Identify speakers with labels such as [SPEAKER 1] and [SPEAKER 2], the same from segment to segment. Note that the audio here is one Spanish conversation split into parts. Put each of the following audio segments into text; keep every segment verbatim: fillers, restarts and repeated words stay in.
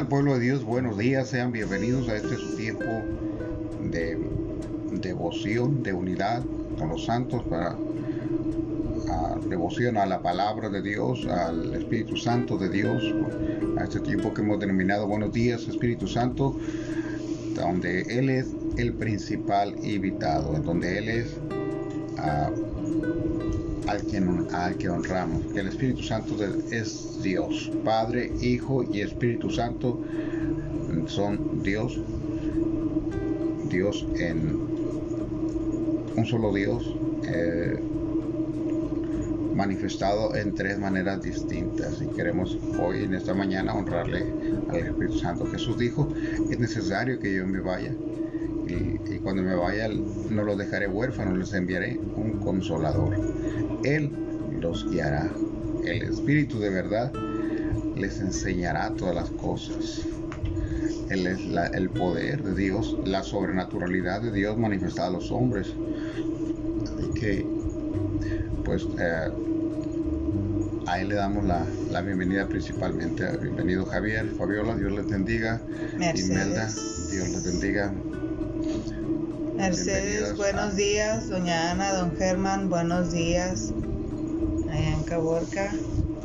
[SPEAKER 1] tal, pueblo de Dios? Buenos días, sean bienvenidos a este su tiempo de devoción, de unidad con los santos, para a, devoción a la palabra de Dios, al Espíritu Santo de Dios, a este tiempo que hemos denominado Buenos días, Espíritu Santo, donde Él es el principal invitado, en donde Él es uh, al, quien, al que honramos. Que el Espíritu Santo de, es Dios, Padre, Hijo y Espíritu Santo son Dios, Dios en un solo Dios, eh, manifestado en tres maneras distintas, y queremos hoy en esta mañana honrarle al Espíritu Santo. Jesús dijo: es necesario que yo me vaya, y, y cuando me vaya no los dejaré huérfanos, les enviaré un consolador. Él los guiará, el Espíritu de verdad les enseñará todas las cosas. Él es la, el poder de Dios, la sobrenaturalidad de Dios manifestada a los hombres. Así que pues eh, a él le damos la, la bienvenida principalmente. Bienvenido Javier, Fabiola, Dios les bendiga.
[SPEAKER 2] Mercedes.
[SPEAKER 1] Imelda, Dios les bendiga.
[SPEAKER 2] Mercedes, buenos
[SPEAKER 1] a...
[SPEAKER 2] días. Doña Ana, don Germán, buenos días. Allá en Caborca.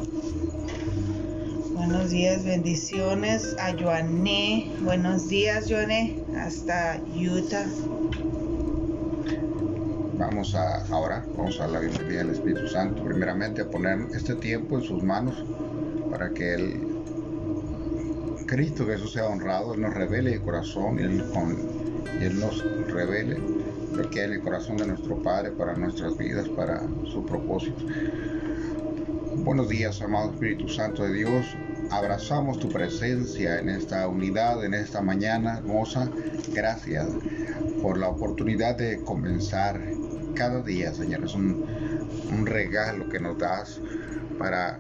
[SPEAKER 2] Buenos días, bendiciones a Joané. Buenos días, Joané, hasta Utah.
[SPEAKER 1] Vamos a ahora, vamos a dar la bienvenida al Espíritu Santo. Primeramente a poner este tiempo en sus manos para que Él, Cristo Jesús, sea honrado. Él nos revele el corazón y Él, con, y Él nos revele lo que hay en el corazón de nuestro Padre para nuestras vidas, para su propósito. Buenos días, amado Espíritu Santo de Dios. Abrazamos tu presencia en esta unidad, en esta mañana hermosa. Gracias por la oportunidad de comenzar cada día, Señor. Es un, un regalo que nos das para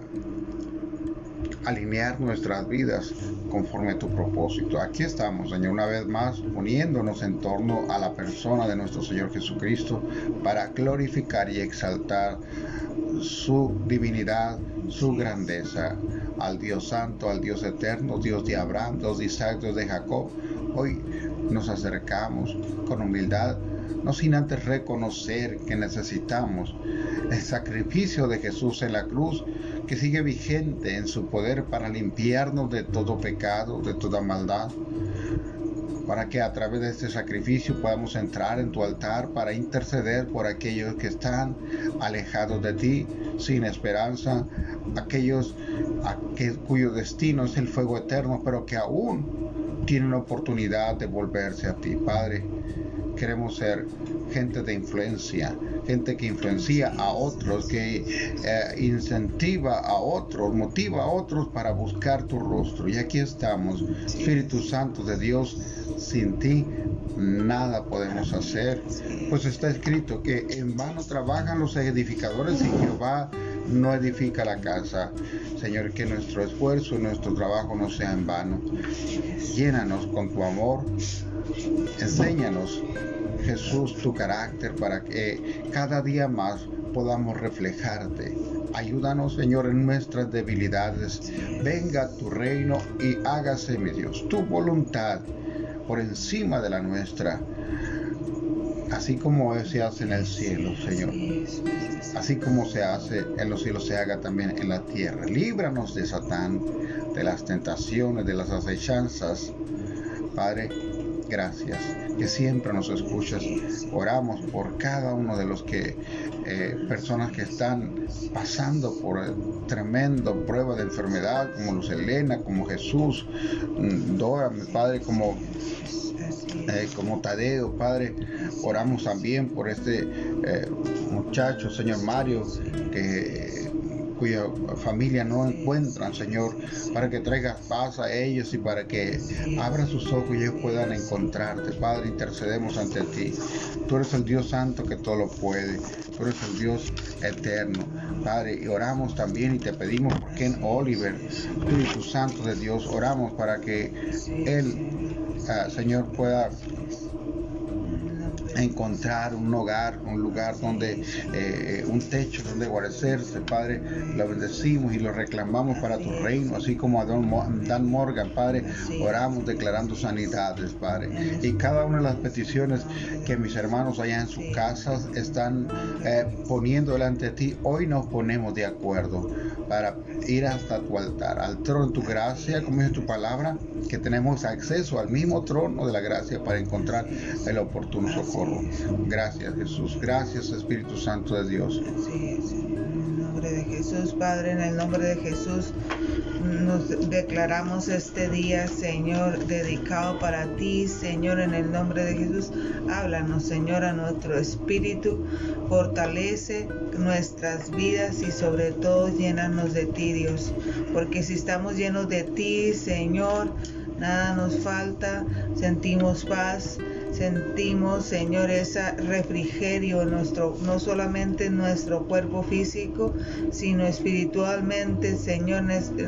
[SPEAKER 1] alinear nuestras vidas conforme a tu propósito. Aquí estamos, Señor, una vez más, uniéndonos en torno a la persona de nuestro Señor Jesucristo para glorificar y exaltar su divinidad, su grandeza, al Dios Santo, al Dios Eterno, Dios de Abraham, Dios de Isaac, Dios de Jacob. Hoy nos acercamos con humildad, no sin antes reconocer que necesitamos el sacrificio de Jesús en la cruz, que sigue vigente en su poder para limpiarnos de todo pecado, de toda maldad, para que a través de este sacrificio podamos entrar en tu altar para interceder por aquellos que están alejados de ti, sin esperanza, aquellos a que, cuyo destino es el fuego eterno, pero que aún tienen la oportunidad de volverse a ti. Padre, queremos ser gente de influencia, gente que influencia a otros, que eh, incentiva a otros, motiva a otros para buscar tu rostro. Y aquí estamos, Espíritu Santo de Dios. Sin ti nada podemos hacer, pues está escrito que en vano trabajan los edificadores y Jehová no edifica la casa. Señor, que nuestro esfuerzo, nuestro trabajo no sea en vano. Llénanos con tu amor, enséñanos, Jesús, tu carácter, para que cada día más podamos reflejarte. Ayúdanos, Señor, en nuestras debilidades. Venga tu reino y hágase, mi Dios, tu voluntad por encima de la nuestra, así como se hace en el cielo, Señor. Así como se hace en los cielos, se haga también en la tierra. Líbranos de Satán, de las tentaciones, de las acechanzas. Padre, gracias, que siempre nos escuchas. Oramos por cada uno de los que, eh, personas que están pasando por tremenda prueba de enfermedad, como Luz Elena, como Jesús, Dora, mi Padre, como Eh, como Tadeo, Padre. Oramos también por este eh, muchacho, Señor Mario, que cuya familia no encuentran, Señor, para que traigas paz a ellos y para que abra sus ojos y ellos puedan encontrarte. Padre, intercedemos ante ti. Tú eres el Dios Santo que todo lo puede. Tú eres el Dios eterno, Padre. Y oramos también y te pedimos por Ken Oliver, Espíritu Santo de Dios. Oramos para que él, uh, Señor, pueda encontrar un hogar, un lugar donde, eh, un techo donde guarecerse, Padre. Lo bendecimos y lo reclamamos para tu reino, así como a Don Mo- Dan Morgan, Padre. Oramos declarando sanidades, Padre. Y cada una de las peticiones que mis hermanos allá en sus casas están eh, poniendo delante de ti, hoy nos ponemos de acuerdo para ir hasta tu altar, al trono de tu gracia, como dice tu palabra, que tenemos acceso al mismo trono de la gracia para encontrar el oportuno socorro. Gracias, Jesús. Gracias, Espíritu Santo de Dios.
[SPEAKER 2] Así es. En el nombre de Jesús, Padre, en el nombre de Jesús, nos declaramos este día, Señor, dedicado para ti, Señor, en el nombre de Jesús. Háblanos, Señor, a nuestro espíritu, fortalece nuestras vidas y sobre todo llénanos de ti, Dios, porque si estamos llenos de ti, Señor, nada nos falta, sentimos paz, sentimos, Señor, ese refrigerio en nuestro, no solamente en nuestro cuerpo físico, sino espiritualmente, Señor.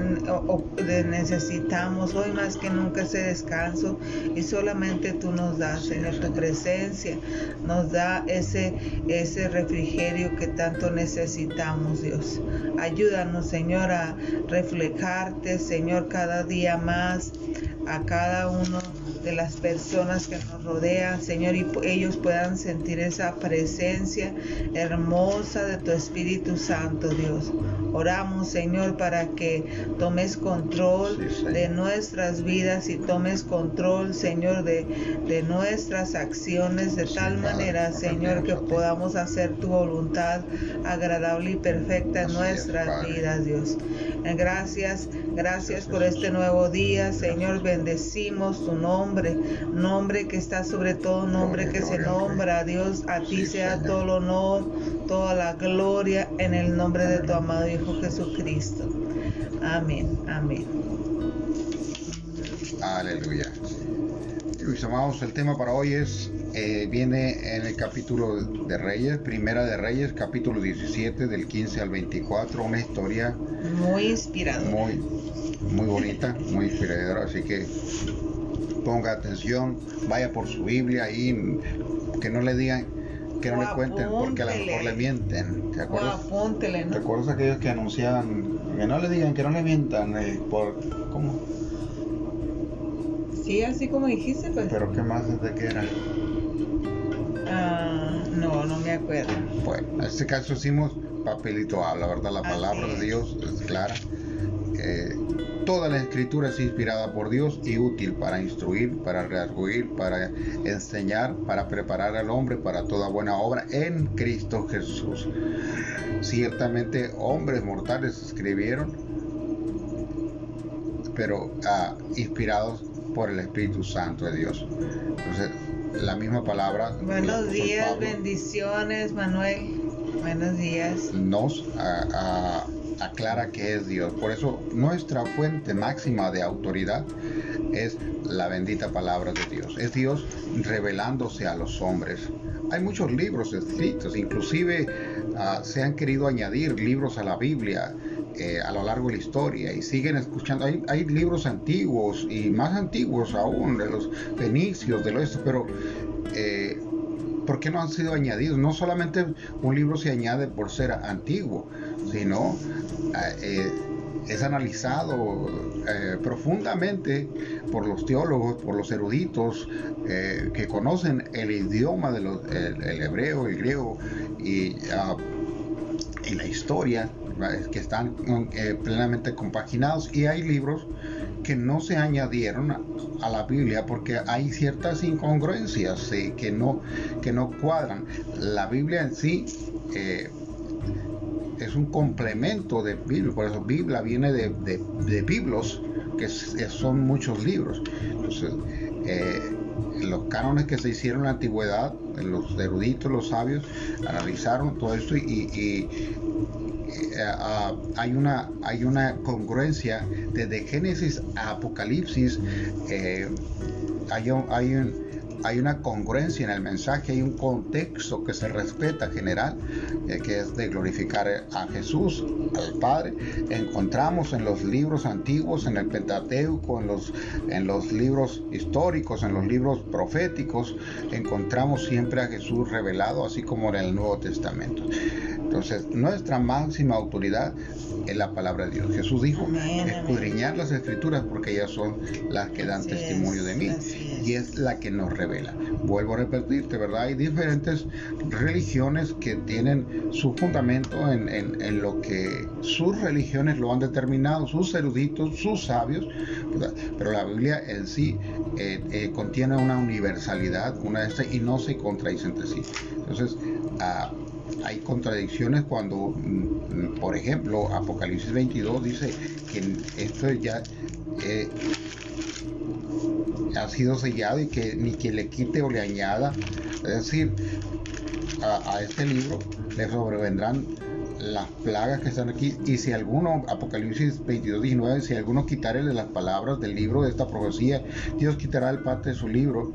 [SPEAKER 2] Necesitamos hoy más que nunca ese descanso y solamente tú nos das, Señor, tu presencia nos da ese, ese refrigerio que tanto necesitamos, Dios. Ayúdanos, Señor, a reflejarte, Señor, cada día más a cada uno de las personas que nos rodean, Señor, y ellos puedan sentir esa presencia hermosa de tu Espíritu Santo, Dios. Oramos, Señor, para que tomes control sí, de nuestras vidas y tomes control, Señor, de, de nuestras acciones, de sí, tal manera, Señor, que podamos hacer tu voluntad agradable y perfecta en nuestras vidas, Dios. Gracias, gracias por este nuevo día, Señor. Bendecimos tu nombre, nombre que está sobre todo nombre que se nombra, Dios. A ti sea todo el honor, toda la gloria en el nombre de tu amado Hijo Jesucristo. Amén, amén.
[SPEAKER 1] Aleluya. Mis amados, el tema para hoy es eh, viene en el capítulo de Reyes, Primera de Reyes, capítulo diecisiete, del quince al veinticuatro, una historia
[SPEAKER 2] muy inspiradora,
[SPEAKER 1] muy, muy bonita, muy inspiradora, así que ponga atención, vaya por su Biblia y que no le digan, que no
[SPEAKER 2] o
[SPEAKER 1] le cuenten, porque a lo mejor le mienten. ¿Te acuerdas?
[SPEAKER 2] O apúntele, ¿no?
[SPEAKER 1] ¿Te acuerdas aquellos que anunciaban que no le digan, que no le mientan? Eh, por, ¿Cómo?
[SPEAKER 2] Sí, así como dijiste, pues.
[SPEAKER 1] ¿Pero qué más de qué era?
[SPEAKER 2] Ah, no, no me acuerdo.
[SPEAKER 1] Bueno, en este caso hicimos papelito habla, ¿verdad? La palabra
[SPEAKER 2] así
[SPEAKER 1] de Dios es clara. Eh, toda la escritura es inspirada por Dios y útil para instruir, para redarguir, para enseñar, para preparar al hombre para toda buena obra en Cristo Jesús. Ciertamente hombres mortales escribieron, pero ah, inspirados por el Espíritu Santo de Dios. Entonces, la misma palabra.
[SPEAKER 2] Buenos días, Pablo, bendiciones, Manuel. Buenos días.
[SPEAKER 1] Nos a, a, aclara que es Dios. Por eso nuestra fuente máxima de autoridad es la bendita palabra de Dios. Es Dios revelándose a los hombres. Hay muchos libros escritos, inclusive uh, se han querido añadir libros a la Biblia eh, a lo largo de la historia y siguen escuchando. Hay, hay libros antiguos y más antiguos aún, de los fenicios, de lo esto, pero eh, ¿por qué no han sido añadidos? No solamente un libro se añade por ser antiguo, sino eh, es analizado eh, profundamente por los teólogos, por los eruditos eh, que conocen el idioma de los, el, el hebreo, el griego y, uh, y la historia, que están eh, plenamente compaginados, y hay libros que no se añadieron a, a la Biblia porque hay ciertas incongruencias eh, que no que no cuadran. La Biblia en sí eh, es un complemento de Biblia, por eso Biblia viene de, de, de biblos, que es, son muchos libros. Entonces, eh, los cánones que se hicieron en la antigüedad, los eruditos, los sabios, analizaron todo esto y, y, y Uh, hay una hay una congruencia desde Génesis a Apocalipsis. eh, hay, un, hay un hay una congruencia en el mensaje, hay un contexto que se respeta general, eh, que es de glorificar a Jesús, al Padre. Encontramos en los libros antiguos, en el Pentateuco, en los, en los libros históricos, en los libros proféticos, encontramos siempre a Jesús revelado, así como en el Nuevo Testamento. Entonces, nuestra máxima autoridad es la palabra de Dios. Jesús dijo, escudriñar las Escrituras porque ellas son las que dan así testimonio es, de mí, es. Y es la que nos revela. Vuelvo a repetirte, ¿verdad? Hay diferentes religiones que tienen su fundamento en, en, en lo que sus religiones lo han determinado, sus eruditos, sus sabios, ¿verdad? Pero la Biblia en sí eh, eh, contiene una universalidad, una de estas, y no se contradice entre sí. Entonces, uh, hay contradicciones cuando, por ejemplo, Apocalipsis veintidós dice que esto ya eh, ha sido sellado y que ni quien le quite o le añada. Es decir, a, a este libro le sobrevendrán las plagas que están aquí, y si alguno, Apocalipsis veintidós diecinueve, si alguno quitare las palabras del libro de esta profecía, Dios quitará el parte de su libro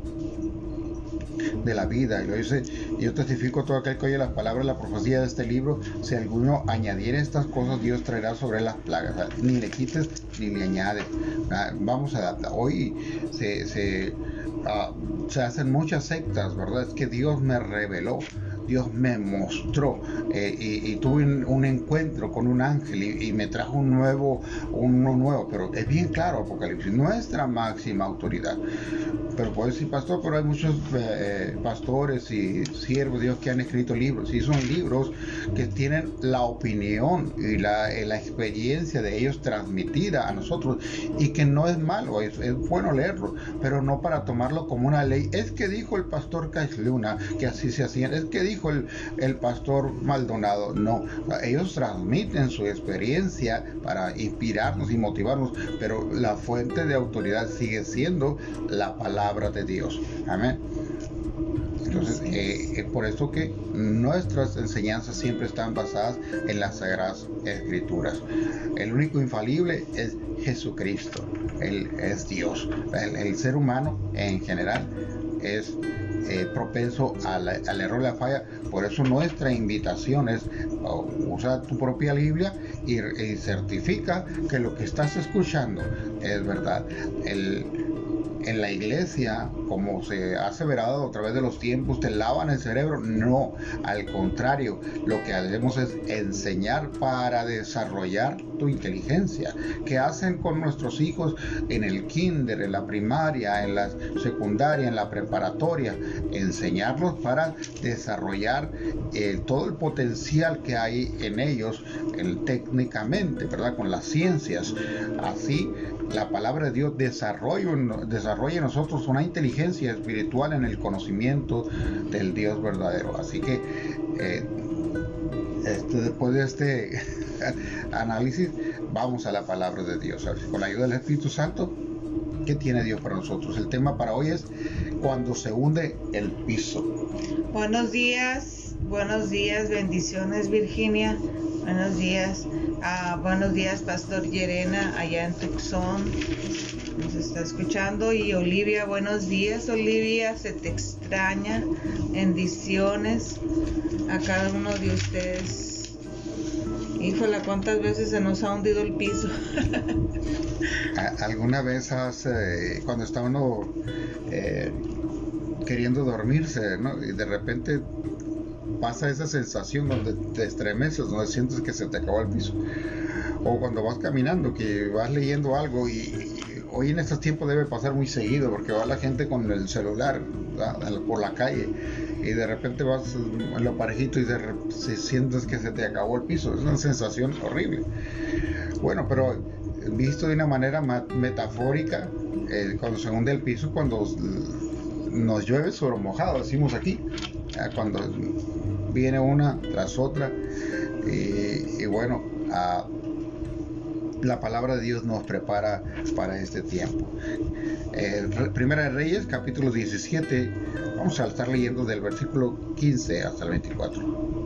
[SPEAKER 1] de la vida. Y lo dice, yo testifico a todo aquel que oye las palabras de la profecía de este libro, si alguno añadiere estas cosas, Dios traerá sobre las plagas. O sea, ni le quites ni le añades. Vamos a hoy se, se, uh, se hacen muchas sectas, ¿verdad? Es que Dios me reveló, Dios me mostró, eh, y, y tuve un, un encuentro con un ángel y, y me trajo un nuevo, uno nuevo, pero es bien claro Apocalipsis, nuestra máxima autoridad. Pero puede decir, pastor, pero hay muchos eh, pastores y siervos de Dios que han escrito libros, y son libros que tienen la opinión y la, eh, la experiencia de ellos transmitida a nosotros, y que no es malo, es, es bueno leerlo, pero no para tomarlo como una ley. Es que dijo el pastor Caisluna que así se hacían, es que dijo el, el pastor Maldonado. No, ellos transmiten su experiencia para inspirarnos y motivarnos, pero la fuente de autoridad sigue siendo la palabra de Dios. Amén. Entonces, eh, es por eso que nuestras enseñanzas siempre están basadas en las Sagradas Escrituras. El único infalible es Jesucristo. Él es Dios. El, el ser humano en general es eh, propenso a la, al error y la falla. Por eso nuestra invitación es uh, usa tu propia Biblia y, y certifica que lo que estás escuchando es verdad. El En la iglesia, como se ha aseverado a través de los tiempos, te lavan el cerebro. No, al contrario, lo que hacemos es enseñar para desarrollar tu inteligencia. ¿Qué hacen con nuestros hijos en el kinder, en la primaria, en la secundaria, en la preparatoria? Enseñarlos para desarrollar eh, todo el potencial que hay en ellos el, técnicamente, ¿verdad? Con las ciencias. Así, la palabra de Dios desarrolla, desarrolla en nosotros una inteligencia espiritual en el conocimiento del Dios verdadero. Así que eh, este, después de este análisis, vamos a la palabra de Dios. Con la ayuda del Espíritu Santo, ¿qué tiene Dios para nosotros? El tema para hoy es cuando se hunde el piso.
[SPEAKER 2] Buenos días, buenos días, bendiciones, Virginia. Buenos días, uh, buenos días, Pastor Llerena, allá en Tucson, nos está escuchando. Y Olivia, buenos días, Olivia, se te extraña. Bendiciones a cada uno de ustedes. Híjole, ¿cuántas veces se nos ha hundido el piso?
[SPEAKER 1] ¿Alguna vez has, eh, cuando está uno eh, queriendo dormirse, ¿no? Y de repente pasa esa sensación donde te estremeces, donde sientes que se te acabó el piso? O cuando vas caminando, que vas leyendo algo, y, y hoy en estos tiempos debe pasar muy seguido, porque va la gente con el celular, ¿verdad?, por la calle, y de repente vas en lo parejito y de repente sientes que se te acabó el piso. Es una sensación horrible. Bueno, pero visto de una manera metafórica, eh, cuando se hunde el piso, cuando nos llueve sobre mojado, decimos aquí, cuando viene una tras otra, y, y bueno, a, la palabra de Dios nos prepara para este tiempo. Eh, Primera de Reyes, capítulo diecisiete, vamos a estar leyendo del versículo quince hasta el veinticuatro.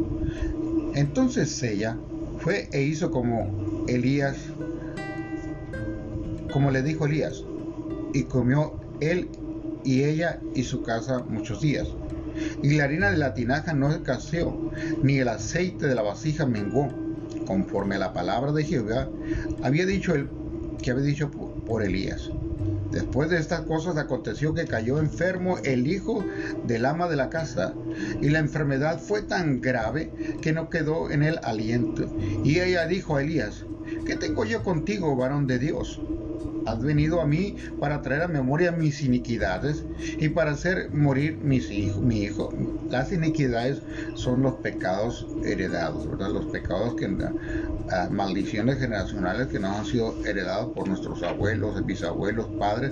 [SPEAKER 1] Entonces ella fue e hizo como Elías, como le dijo Elías, y comió él y ella y su casa muchos días. Y la harina de la tinaja no escaseó, ni el aceite de la vasija menguó, conforme a la palabra de Jehová había dicho el, que había dicho por, por Elías. Después de estas cosas aconteció que cayó enfermo el hijo del ama de la casa, y la enfermedad fue tan grave que no quedó en él aliento. Y ella dijo a Elías: ¿qué tengo yo contigo, varón de Dios? Has venido a mí para traer a memoria mis iniquidades y para hacer morir mis hijos, mi hijo. Las iniquidades son los pecados heredados, ¿verdad? Los pecados que uh, maldiciones generacionales que nos han sido heredados por nuestros abuelos, bisabuelos, padres.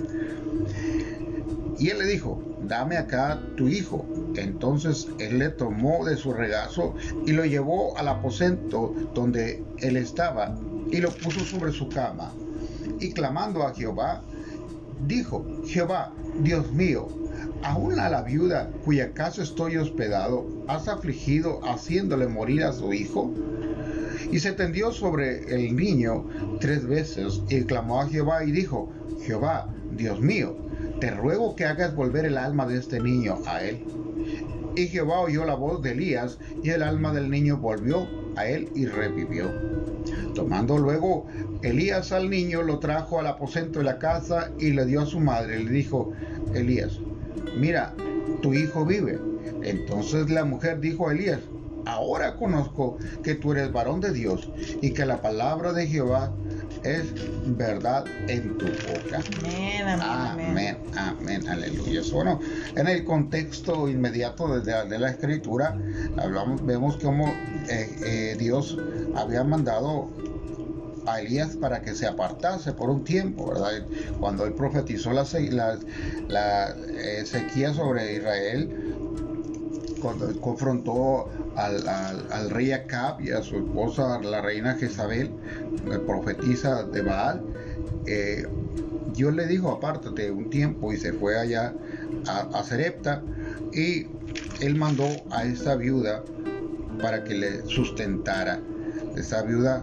[SPEAKER 1] Y él le dijo: dame acá tu hijo. Entonces él le tomó de su regazo y lo llevó al aposento donde él estaba y lo puso sobre su cama. Y clamando a Jehová, dijo: Jehová, Dios mío, aún a la viuda cuya casa estoy hospedado, ¿has afligido haciéndole morir a su hijo? Y se tendió sobre el niño tres veces y clamó a Jehová y dijo: Jehová, Dios mío, te ruego que hagas volver el alma de este niño a él. Y Jehová oyó la voz de Elías, y el alma del niño volvió a él y revivió. Tomando luego Elías al niño, lo trajo al aposento de la casa y le dio a su madre. Le dijo Elías: mira, tu hijo vive. Entonces la mujer dijo a Elías: ahora conozco que tú eres varón de Dios y que la palabra de Jehová es verdad en tu boca.
[SPEAKER 2] Amén, amén,
[SPEAKER 1] amén, amén, aleluya. Bueno, en el contexto inmediato de, de la escritura, hablamos, vemos cómo eh, eh, Dios había mandado a Elías para que se apartase por un tiempo, ¿verdad? Cuando él profetizó la, la, la eh, sequía sobre Israel, cuando él confrontó al, al, al rey Acab y a su esposa, la reina Jezabel, profetisa de Baal, eh, Dios le dijo: apártate un tiempo, y se fue allá a, a Sarepta, y él mandó a esta viuda para que le sustentara. Esta viuda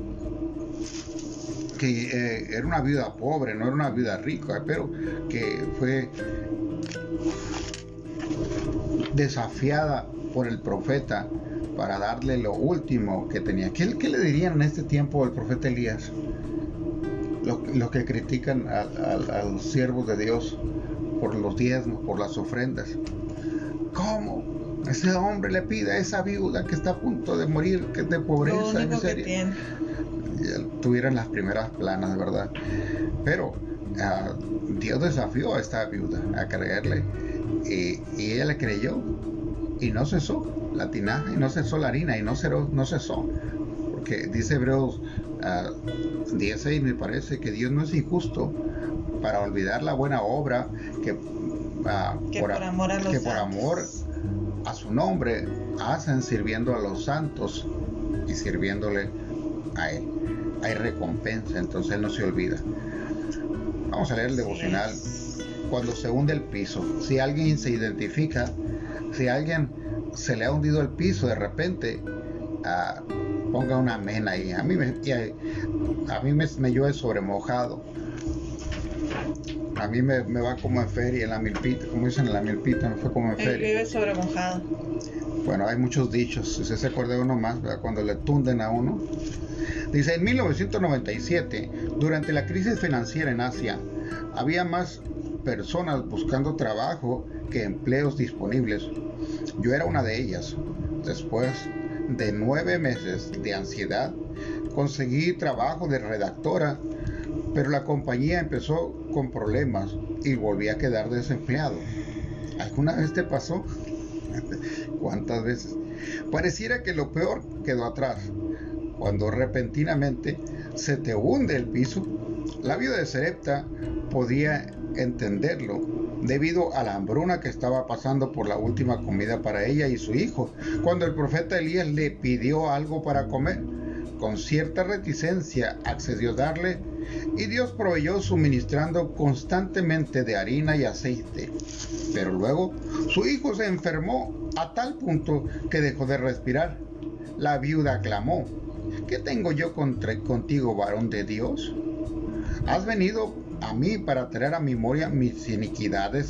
[SPEAKER 1] que eh, era una viuda pobre, no era una viuda rica, pero que fue desafiada por el profeta para darle lo último que tenía. ¿Qué, qué le dirían en este tiempo al profeta Elías? Los, los que critican a, a, a los siervos de Dios por los diezmos, por las ofrendas. ¿Cómo ese hombre le pide a esa viuda que está a punto de morir, que es de pobreza y miseria? Tuvieran las primeras planas, ¿verdad? Pero uh, Dios desafió a esta viuda a creerle, y, y ella le creyó, y no cesó la tinaja, y no cesó la harina, y no cesó, no cesó porque dice Hebreos uh, diez seis, me parece, que Dios no es injusto para olvidar la buena obra que, uh,
[SPEAKER 2] que
[SPEAKER 1] por,
[SPEAKER 2] por amor a los
[SPEAKER 1] que por
[SPEAKER 2] santos.
[SPEAKER 1] amor a su nombre hacen sirviendo a los santos y sirviéndole a él. Hay recompensa, entonces él no se olvida. Vamos a leer el devocional. Cuando se hunde el piso, si alguien se identifica, si a alguien se le ha hundido el piso de repente, uh, ponga una amén ahí. A mí me, a, a mí me, me llueve sobre mojado. A mí me, me va como en feria, en la milpita, como dicen en la milpita, me fue como en feria.
[SPEAKER 2] Él vive sobre mojado.
[SPEAKER 1] Bueno, hay muchos dichos, si se acuerda uno más, ¿verdad? Cuando le tunden a uno. Dice: en mil novecientos noventa y siete, durante la crisis financiera en Asia, había más personas buscando trabajo que empleos disponibles. Yo era una de ellas. Después de nueve meses de ansiedad, conseguí trabajo de redactora, pero la compañía empezó con problemas y volví a quedar desempleado. ¿Alguna vez te pasó? ¿Cuántas veces? Pareciera que lo peor quedó atrás. Cuando repentinamente se te hunde el piso, la viuda de Sarepta podía entenderlo debido a la hambruna que estaba pasando por la última comida para ella y su hijo. Cuando el profeta Elías le pidió algo para comer, con cierta reticencia accedió a darle, y Dios proveyó suministrando constantemente de harina y aceite. Pero luego su hijo se enfermó a tal punto que dejó de respirar. La viuda clamó: ¿qué tengo yo contra, contigo, varón de Dios? ¿Has venido a mí para traer a memoria mis iniquidades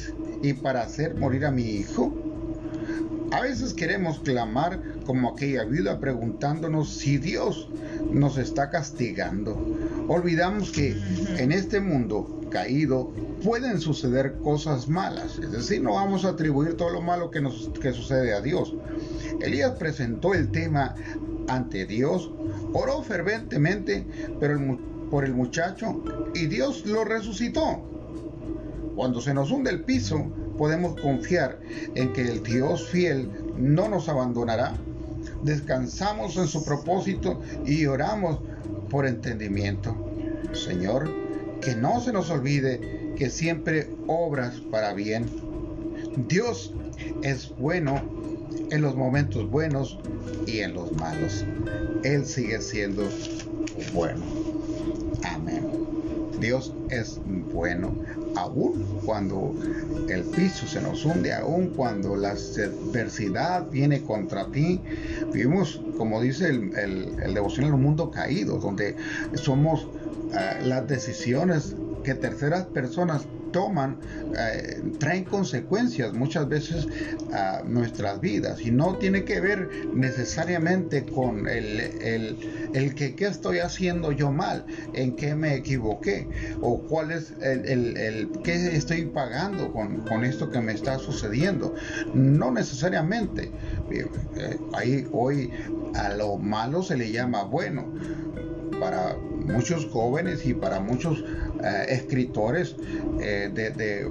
[SPEAKER 1] y para hacer morir a mi hijo? A veces queremos clamar como aquella viuda preguntándonos si Dios nos está castigando. Olvidamos que en este mundo caído pueden suceder cosas malas, es decir, no vamos a atribuir todo lo malo que, nos, que sucede a Dios. Elías presentó el tema ante Dios, oró ferventemente pero el, por el muchacho y Dios lo resucitó. Cuando se nos hunde el piso, podemos confiar en que el Dios fiel no nos abandonará. Descansamos en su propósito y oramos por entendimiento. Señor, que no se nos olvide que siempre obras para bien. Dios es bueno en los momentos buenos y en los malos. Él sigue siendo bueno. Amén. Dios es bueno, aún cuando el piso se nos hunde, aún cuando la adversidad viene contra ti. Vivimos, como dice el, el, el devocional, en un mundo caído, donde somos uh, las decisiones que terceras personas toman, eh, traen consecuencias muchas veces a nuestras vidas, y no tiene que ver necesariamente con el, el, el que qué estoy haciendo yo mal, en qué me equivoqué, o cuál es el, el, el qué estoy pagando con, con esto que me está sucediendo. No necesariamente. Eh, eh, ahí hoy a lo malo se le llama bueno. Para muchos jóvenes y para muchos eh, escritores eh, de, de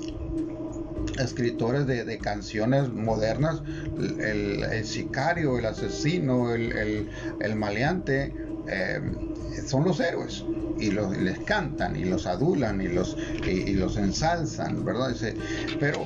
[SPEAKER 1] escritores de, de canciones modernas, el, el sicario, el asesino, el, el, el maleante eh, son los héroes, y los, les cantan y los adulan y los, y, y los ensalzan, ¿verdad? Pero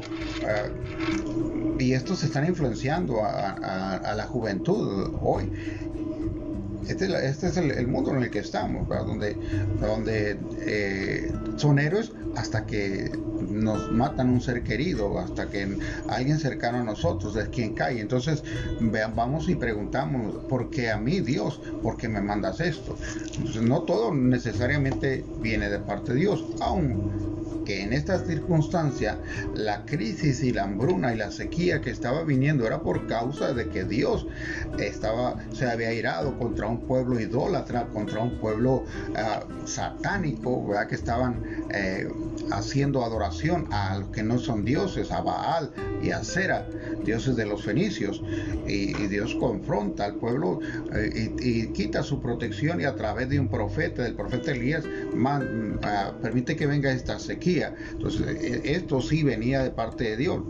[SPEAKER 1] eh, y estos están influenciando a, a, a la juventud hoy. Este, este es el, el mundo en el que estamos, ¿verdad? Donde, donde eh, son héroes hasta que nos matan un ser querido, hasta que alguien cercano a nosotros es quien cae. Entonces vean, vamos y preguntamos, ¿por qué a mí, Dios? ¿Por qué me mandas esto? Entonces no todo necesariamente viene de parte de Dios, aún que en esta circunstancia la crisis y la hambruna y la sequía que estaba viniendo era por causa de que Dios estaba, se había irado contra un pueblo idólatra, contra un pueblo uh, satánico, ¿verdad? Que estaban eh, haciendo adoración a los que no son dioses, a Baal y a Sera, dioses de los fenicios, y, y Dios confronta al pueblo eh, y, y quita su protección, y a través de un profeta, del profeta Elías, man, uh, permite que venga esta sequía. Entonces esto sí venía de parte de Dios.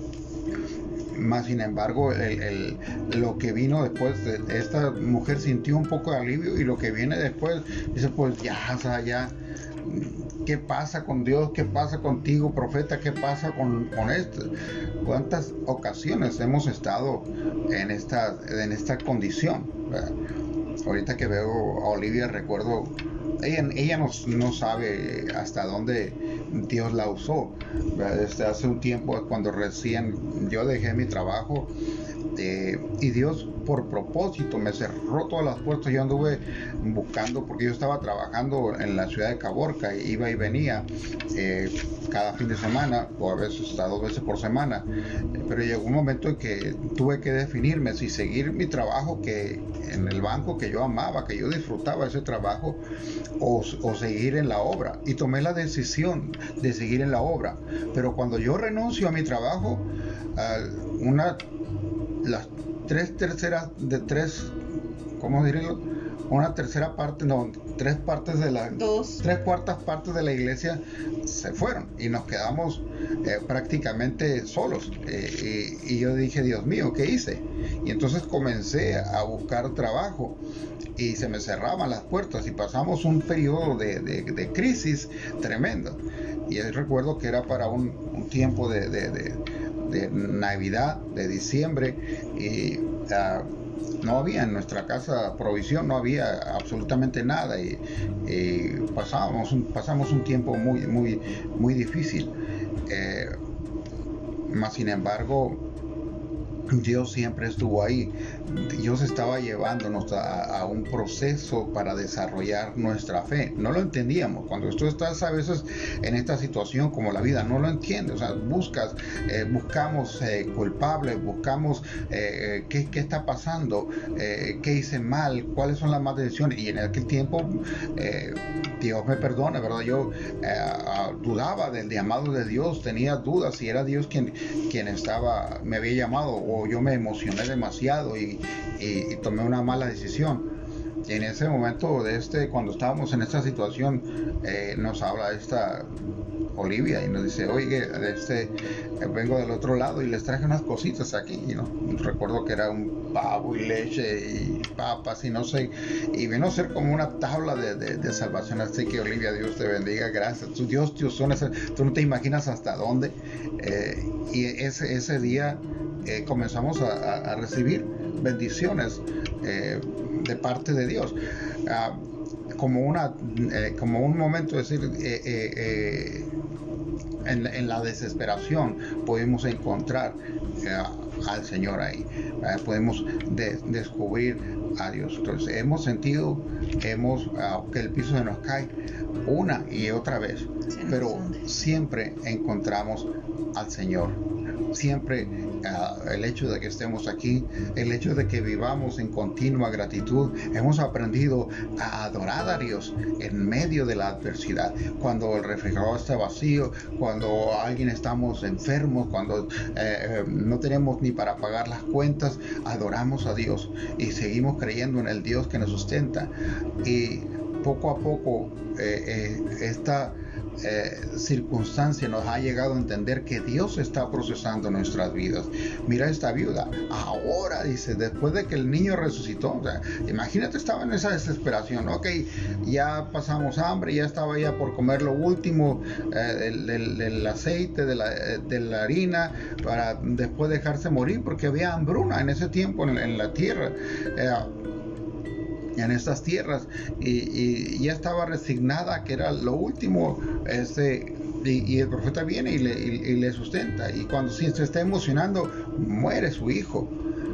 [SPEAKER 1] Más sin embargo, el, el, lo que vino después, de esta mujer sintió un poco de alivio, y lo que viene después dice, pues ya, o sea, ya, ¿qué pasa con Dios? ¿Qué pasa contigo, profeta? ¿Qué pasa con, con esto? ¿Cuántas ocasiones hemos estado en esta, en esta condición? ¿Verdad? Ahorita que veo a Olivia, recuerdo, ella, ella no, no sabe hasta dónde Dios la usó. Desde hace un tiempo, cuando recién yo dejé mi trabajo, eh, y Dios por propósito me cerró todas las puertas. Yo anduve buscando, porque yo estaba trabajando en la ciudad de Caborca, e iba y venía eh, cada fin de semana, o a veces hasta dos veces por semana, pero llegó un momento en que tuve que definirme si seguir mi trabajo que en el banco, que yo amaba, que yo disfrutaba ese trabajo, o, o seguir en la obra, y tomé la decisión de seguir en la obra. Pero cuando yo renuncio a mi trabajo, uh, una las tres terceras de tres, ¿cómo dirlo? Una tercera parte, no, tres partes de la,
[SPEAKER 2] Dos.
[SPEAKER 1] tres cuartas partes de la iglesia se fueron, y nos quedamos eh, prácticamente solos. Eh, y, y yo dije, Dios mío, ¿qué hice? Y entonces comencé a buscar trabajo, y se me cerraban las puertas, y pasamos un periodo de, de, de crisis tremendo. Y recuerdo que era para un, un tiempo de, de, de, de Navidad, de diciembre, y uh, no había en nuestra casa provisión, no había absolutamente nada, y, y pasábamos un, pasamos un tiempo muy muy muy difícil. Eh, más sin embargo, Dios siempre estuvo ahí. Dios estaba llevándonos a, a un proceso para desarrollar nuestra fe. No lo entendíamos. Cuando tú estás a veces en esta situación como la vida, no lo entiendes. O sea, buscas, eh, buscamos eh, culpables, buscamos eh, qué, qué está pasando, eh, qué hice mal, cuáles son las malas decisiones. Y en aquel tiempo, eh, Dios me perdone, ¿verdad? Yo eh, dudaba del llamado de Dios, tenía dudas si era Dios quien, quien estaba, me había llamado, o yo me emocioné demasiado y, y, y tomé una mala decisión. Y en ese momento, de este, cuando estábamos en esta situación, eh, nos habla esta Olivia y nos dice, oye, este, vengo del otro lado y les traje unas cositas aquí, y ¿no? Recuerdo que era un pavo y leche y papas y no sé, y vino a ser como una tabla de, de, de salvación. Así que Olivia, Dios te bendiga, gracias. Tu Dios, Dios, son esas, tú no te imaginas hasta dónde. Eh, y ese, ese día eh, comenzamos a, a, a recibir bendiciones eh, de parte de Dios. Uh, como una eh, como un momento de decir eh, eh, eh, en, en la desesperación podemos encontrar eh, al Señor ahí, eh, podemos de, descubrir a Dios. Entonces hemos sentido hemos uh, que el piso se nos cae una y otra vez, pero siempre encontramos al Señor. Siempre uh, el hecho de que estemos aquí, el hecho de que vivamos en continua gratitud, hemos aprendido a adorar a Dios en medio de la adversidad. Cuando el refrigerador está vacío, cuando alguien estamos enfermos, cuando eh, no tenemos ni para pagar las cuentas, adoramos a Dios y seguimos creyendo en el Dios que nos sustenta. Y poco a poco eh, eh, esta Eh, circunstancia nos ha llegado a entender que Dios está procesando nuestras vidas. Mira esta viuda, ahora dice, después de que el niño resucitó, o sea, imagínate, estaba en esa desesperación, ok, ya pasamos hambre, ya estaba ya por comer lo último eh, del, del, del aceite, de la, de la harina, para después dejarse morir, porque había hambruna en ese tiempo en, en la tierra. Eh, en estas tierras, y, y ya estaba resignada que era lo último, este, y, y el profeta viene y le, y, y le sustenta, y cuando sí, se está emocionando, muere su hijo.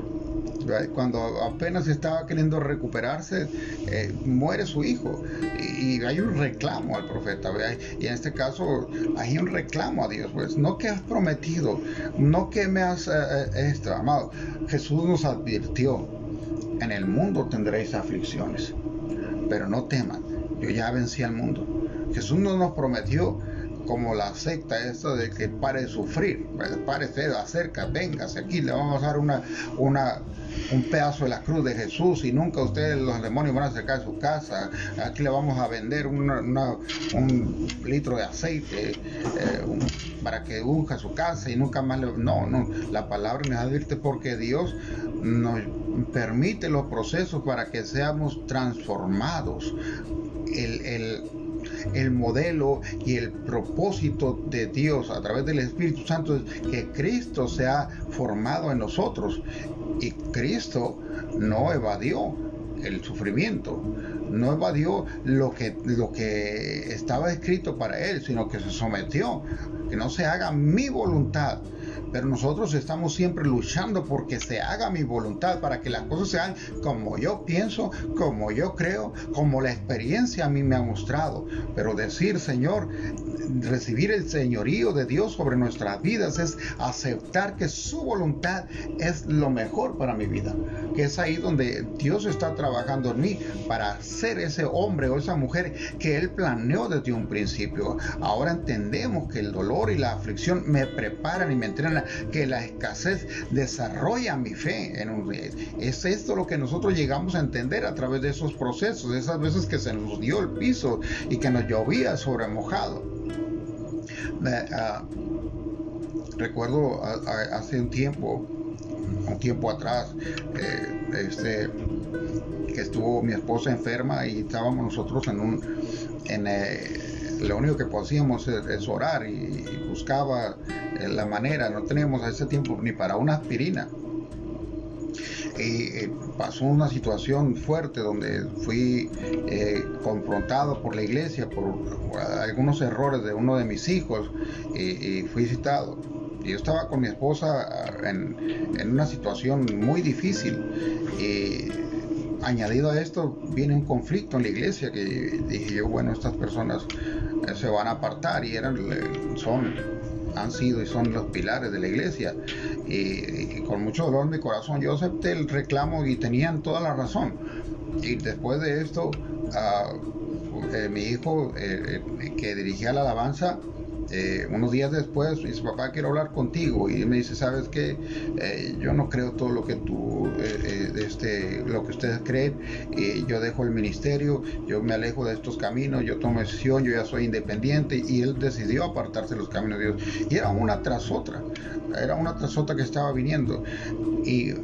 [SPEAKER 1] Cuando apenas estaba queriendo recuperarse, eh, muere su hijo, y, y hay un reclamo al profeta, ¿verdad? Y en este caso hay un reclamo a Dios, pues, no que has prometido, no que me has eh, esto, amado. Jesús nos advirtió: en el mundo tendréis aflicciones, pero no teman, yo ya vencí al mundo. Jesús no nos prometió como la secta esta de que pare de sufrir, pare, se acerca, véngase aquí, le vamos a dar una, una, un pedazo de la cruz de Jesús y nunca ustedes, los demonios, van a acercar a su casa. Aquí le vamos a vender una, una, un litro de aceite eh, un, para que unja su casa y nunca más le... No, no, la palabra nos advierte, porque Dios nos permite los procesos para que seamos transformados. El, el, el modelo y el propósito de Dios a través del Espíritu Santo es que Cristo se ha formado en nosotros, y Cristo no evadió el sufrimiento, no evadió lo que, lo que estaba escrito para él, sino que se sometió. Que no se haga mi voluntad. Pero nosotros estamos siempre luchando porque se haga mi voluntad, para que las cosas se hagan como yo pienso, como yo creo, como la experiencia a mí me ha mostrado. Pero decir, Señor, recibir el señorío de Dios sobre nuestras vidas es aceptar que su voluntad es lo mejor para mi vida. Que es ahí donde Dios está trabajando en mí para ser ese hombre o esa mujer que Él planeó desde un principio. Ahora entendemos que el dolor y la aflicción me preparan y me entrenan, que la escasez desarrolla mi fe en un día. Es esto lo que nosotros llegamos a entender a través de esos procesos, esas veces que se nos dio el piso y que nos llovía sobre mojado. Uh, recuerdo uh, uh, hace un tiempo, un tiempo atrás, eh, este, que estuvo mi esposa enferma y estábamos nosotros en un, en, eh, lo único que podíamos es, es orar, y, y buscaba eh, la manera. No teníamos a ese tiempo ni para una aspirina. Y eh, pasó una situación fuerte donde fui eh, confrontado por la iglesia por, por algunos errores de uno de mis hijos, y, y fui citado Yo estaba con mi esposa en, en una situación muy difícil. Y añadido a esto, viene un conflicto en la iglesia que dije yo, bueno, estas personas se van a apartar y eran, son, han sido y son los pilares de la iglesia. Y, y con mucho dolor en mi corazón yo acepté el reclamo y tenían toda la razón. Y después de esto, uh, eh, mi hijo eh, eh, que dirigía la alabanza, Eh, unos días después me dice, papá, quiero hablar contigo, y me dice, ¿sabes qué? Eh, yo no creo todo lo que tú eh, eh, este, lo que ustedes creen, y yo dejo el ministerio, yo me alejo de estos caminos, yo tomo decisión, yo ya soy independiente. Y él decidió apartarse de los caminos de Dios, y era una tras otra era una tras otra que estaba viniendo. Y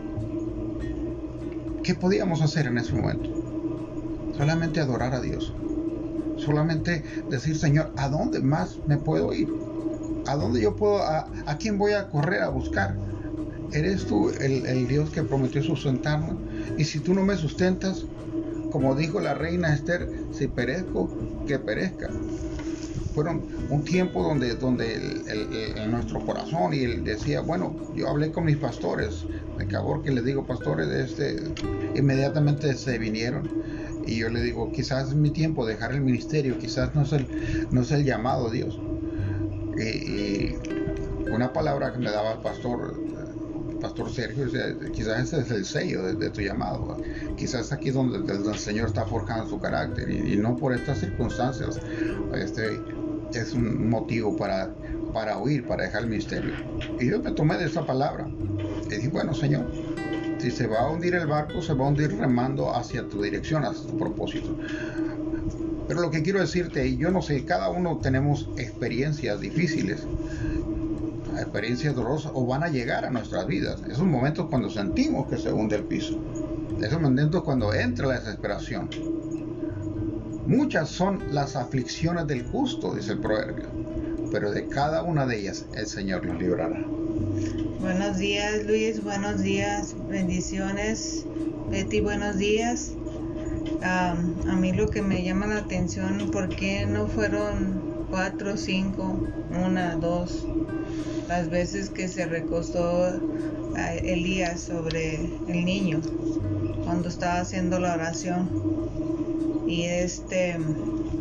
[SPEAKER 1] ¿qué podíamos hacer en ese momento? Solamente adorar a Dios. Solamente decir, Señor, ¿a dónde más me puedo ir? ¿A dónde yo puedo, a, a quién voy a correr a buscar? ¿Eres tú el, el Dios que prometió sustentarme? Y si tú no me sustentas, como dijo la reina Esther, si perezco, que perezca. Fueron un tiempo donde, donde el, el, el, en nuestro corazón, y él decía, bueno, yo hablé con mis pastores, de cabor que les digo, pastores, este, inmediatamente se vinieron. Y yo le digo, quizás es mi tiempo de dejar el ministerio, quizás no es el, no es el llamado, Dios. Y, y una palabra que me daba el pastor, el pastor Sergio, quizás ese es el sello de, de tu llamado, ¿verdad? Quizás aquí donde, donde el Señor está forjando su carácter, y, y no por estas circunstancias. Este es un motivo para, para huir, para dejar el ministerio. Y yo me tomé de esa palabra y dije, bueno, Señor, si se va a hundir el barco, se va a hundir remando hacia tu dirección, hacia tu propósito. Pero lo que quiero decirte, y yo no sé, cada uno tenemos experiencias difíciles, experiencias dolorosas, o van a llegar a nuestras vidas. Esos momentos cuando sentimos que se hunde el piso, esos momentos cuando entra la desesperación. Muchas son las aflicciones del justo, dice el proverbio, pero de cada una de ellas el Señor nos librará.
[SPEAKER 2] Buenos días, Luis, buenos días, bendiciones. Betty, buenos días. Um, a mí lo que me llama la atención, ¿por qué no fueron cuatro, cinco, una, dos, las veces que se recostó a Elías sobre el niño cuando estaba haciendo la oración? Y este, um,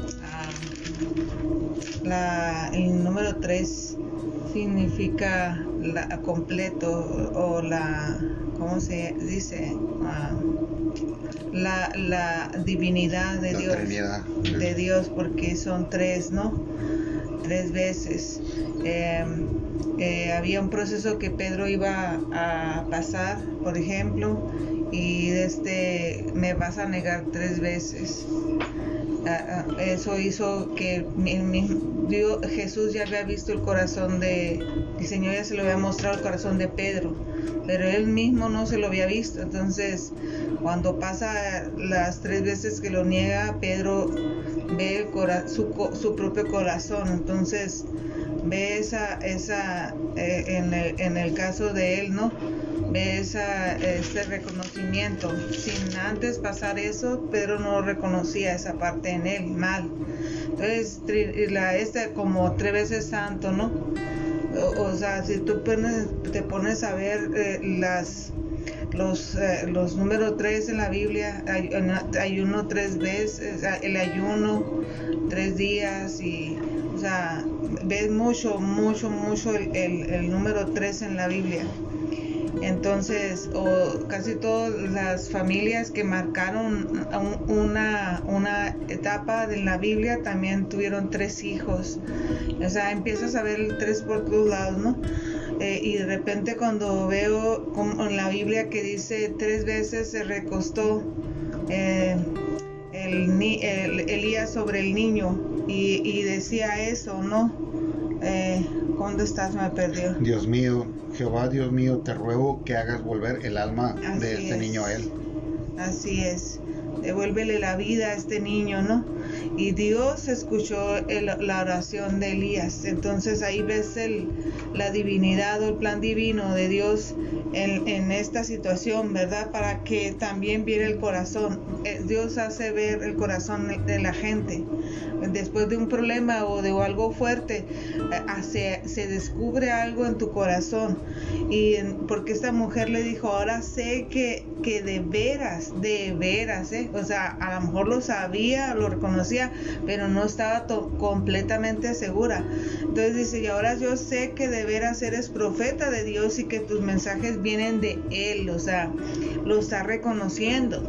[SPEAKER 2] la, el número tres significa la, completo, o la, ¿cómo se dice? Uh, la, la divinidad de
[SPEAKER 1] la
[SPEAKER 2] Dios,
[SPEAKER 1] Trinidad.
[SPEAKER 2] de Dios, porque son tres, ¿no? Tres veces. Eh, eh, había un proceso que Pedro iba a pasar, por ejemplo, y este, me vas a negar tres veces. Uh, uh, eso hizo que mi, mi, Dios, Jesús ya había visto el corazón de, el Señor ya se lo había mostrado el corazón de Pedro, pero él mismo no se lo había visto. Entonces, cuando pasa las tres veces que lo niega, Pedro ve el cora, su, su propio corazón. Entonces, ve esa, esa eh, en, el, en el caso de él, ¿no? Ve esa, ese reconocimiento. Sin antes pasar eso, Pedro no reconocía esa parte en él, mal. Entonces, la, este como tres veces santo, ¿no? O, o sea, si tú pones, te pones a ver eh, las los eh, los números tres en la Biblia, hay, ayuno tres veces, el ayuno tres días, y o sea, ves mucho, mucho, mucho el, el, el número tres en la Biblia. Entonces, o casi todas las familias que marcaron una, una etapa de la Biblia también tuvieron tres hijos. O sea, empiezas a ver el tres por todos lados, ¿no? Eh, y de repente cuando veo como en la Biblia que dice tres veces se recostó eh, el, el, Elías sobre el niño, y, y decía eso, ¿no? Eh, ¿Dónde estás? Me perdió.
[SPEAKER 1] Dios mío, Jehová Dios mío, te ruego que hagas volver el alma
[SPEAKER 2] Así
[SPEAKER 1] de este
[SPEAKER 2] es.
[SPEAKER 1] niño a él.
[SPEAKER 2] Así es, devuélvele la vida a este niño, ¿no? Y Dios escuchó el, la oración de Elías. Entonces ahí ves el, la divinidad o el plan divino de Dios en, en esta situación, ¿verdad? Para que también viera el corazón. Eh, Dios hace ver el corazón de la gente. Después de un problema o de algo fuerte, eh, hace, se descubre algo en tu corazón. Y en, porque esta mujer le dijo, ahora sé que, que de veras, de veras, ¿eh? O sea, a lo mejor lo sabía, lo reconocía, pero no estaba to- completamente segura. Entonces dice, y ahora yo sé que de veras eres profeta de Dios y que tus mensajes vienen de Él, o sea, lo está reconociendo.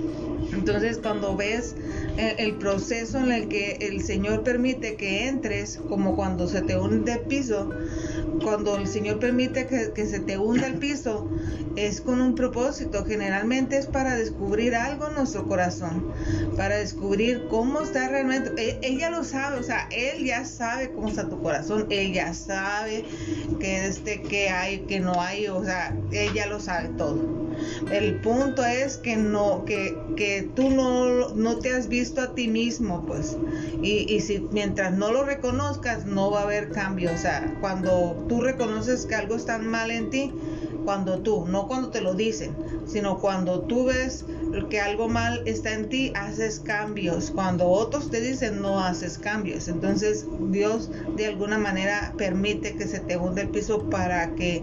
[SPEAKER 2] Entonces cuando ves el proceso en el que el Señor permite que entres, como cuando se te hunde el piso, cuando el Señor permite que, que se te hunda el piso, es con un propósito. Generalmente es para descubrir algo en nuestro corazón, para descubrir cómo está realmente. Él, ella lo sabe, o sea, Él ya sabe cómo está tu corazón, Él ya sabe que, este, que hay, que no hay, o sea, Él ya lo sabe todo. El punto es que no, que, que tú no, no te has visto a ti mismo, pues, y, y si mientras no lo reconozcas, no va a haber cambio. O sea, cuando tú reconoces que algo está mal en ti, cuando tú, no cuando te lo dicen, sino cuando tú ves que algo mal está en ti, haces cambios. Cuando otros te dicen, no haces cambios. Entonces Dios de alguna manera permite que se te hunde el piso para que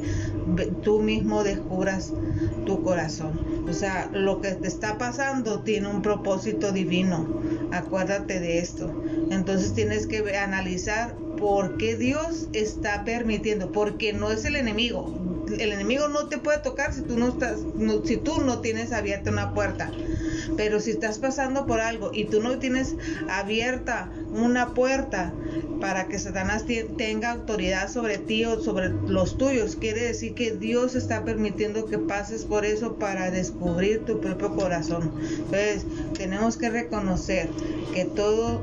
[SPEAKER 2] tú mismo descubras tu corazón. O sea, lo que te está pasando tiene un propósito divino. Acuérdate de esto. Entonces tienes que analizar por qué Dios está permitiendo, porque no es el enemigo. El enemigo no te puede tocar si tú no estás, no, si tú no tienes abierta una puerta. Pero si estás pasando por algo y tú no tienes abierta una puerta para que Satanás t- tenga autoridad sobre ti o sobre los tuyos, quiere decir que Dios está permitiendo que pases por eso para descubrir tu propio corazón. Entonces tenemos que reconocer que todo,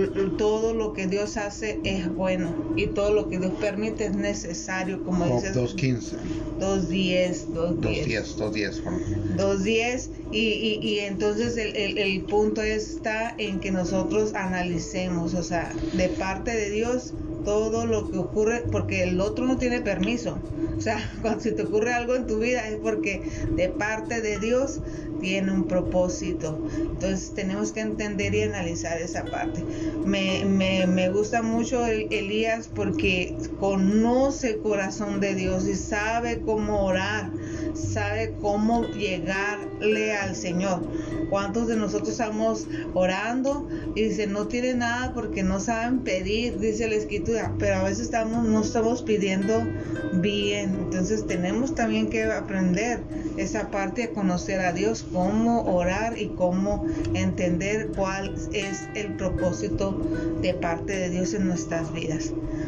[SPEAKER 2] todo lo que Dios hace es bueno y todo lo que Dios permite es necesario, como
[SPEAKER 1] Job
[SPEAKER 2] dices.
[SPEAKER 1] dos quince.
[SPEAKER 2] dos diez, dos diez.
[SPEAKER 1] dos diez.
[SPEAKER 2] dos diez y, y, y entonces el, el, el punto está en que nosotros analicemos, o sea, de parte de Dios todo lo que ocurre, porque el otro no tiene permiso. O sea, cuando si te ocurre algo en tu vida es porque de parte de Dios tiene un propósito. Entonces tenemos que entender y analizar esa parte. Me, me, me gusta mucho el, Elías porque conoce el corazón de Dios y sabe cómo orar, sabe cómo llegarle al Señor. ¿Cuántos de nosotros estamos orando y dicen no tiene nada porque no saben pedir? Dice la Escritura, pero a veces estamos, no estamos pidiendo bien. Entonces tenemos también que aprender esa parte de conocer a Dios, cómo orar y cómo entender cuál es el propósito de parte de Dios en nuestras vidas.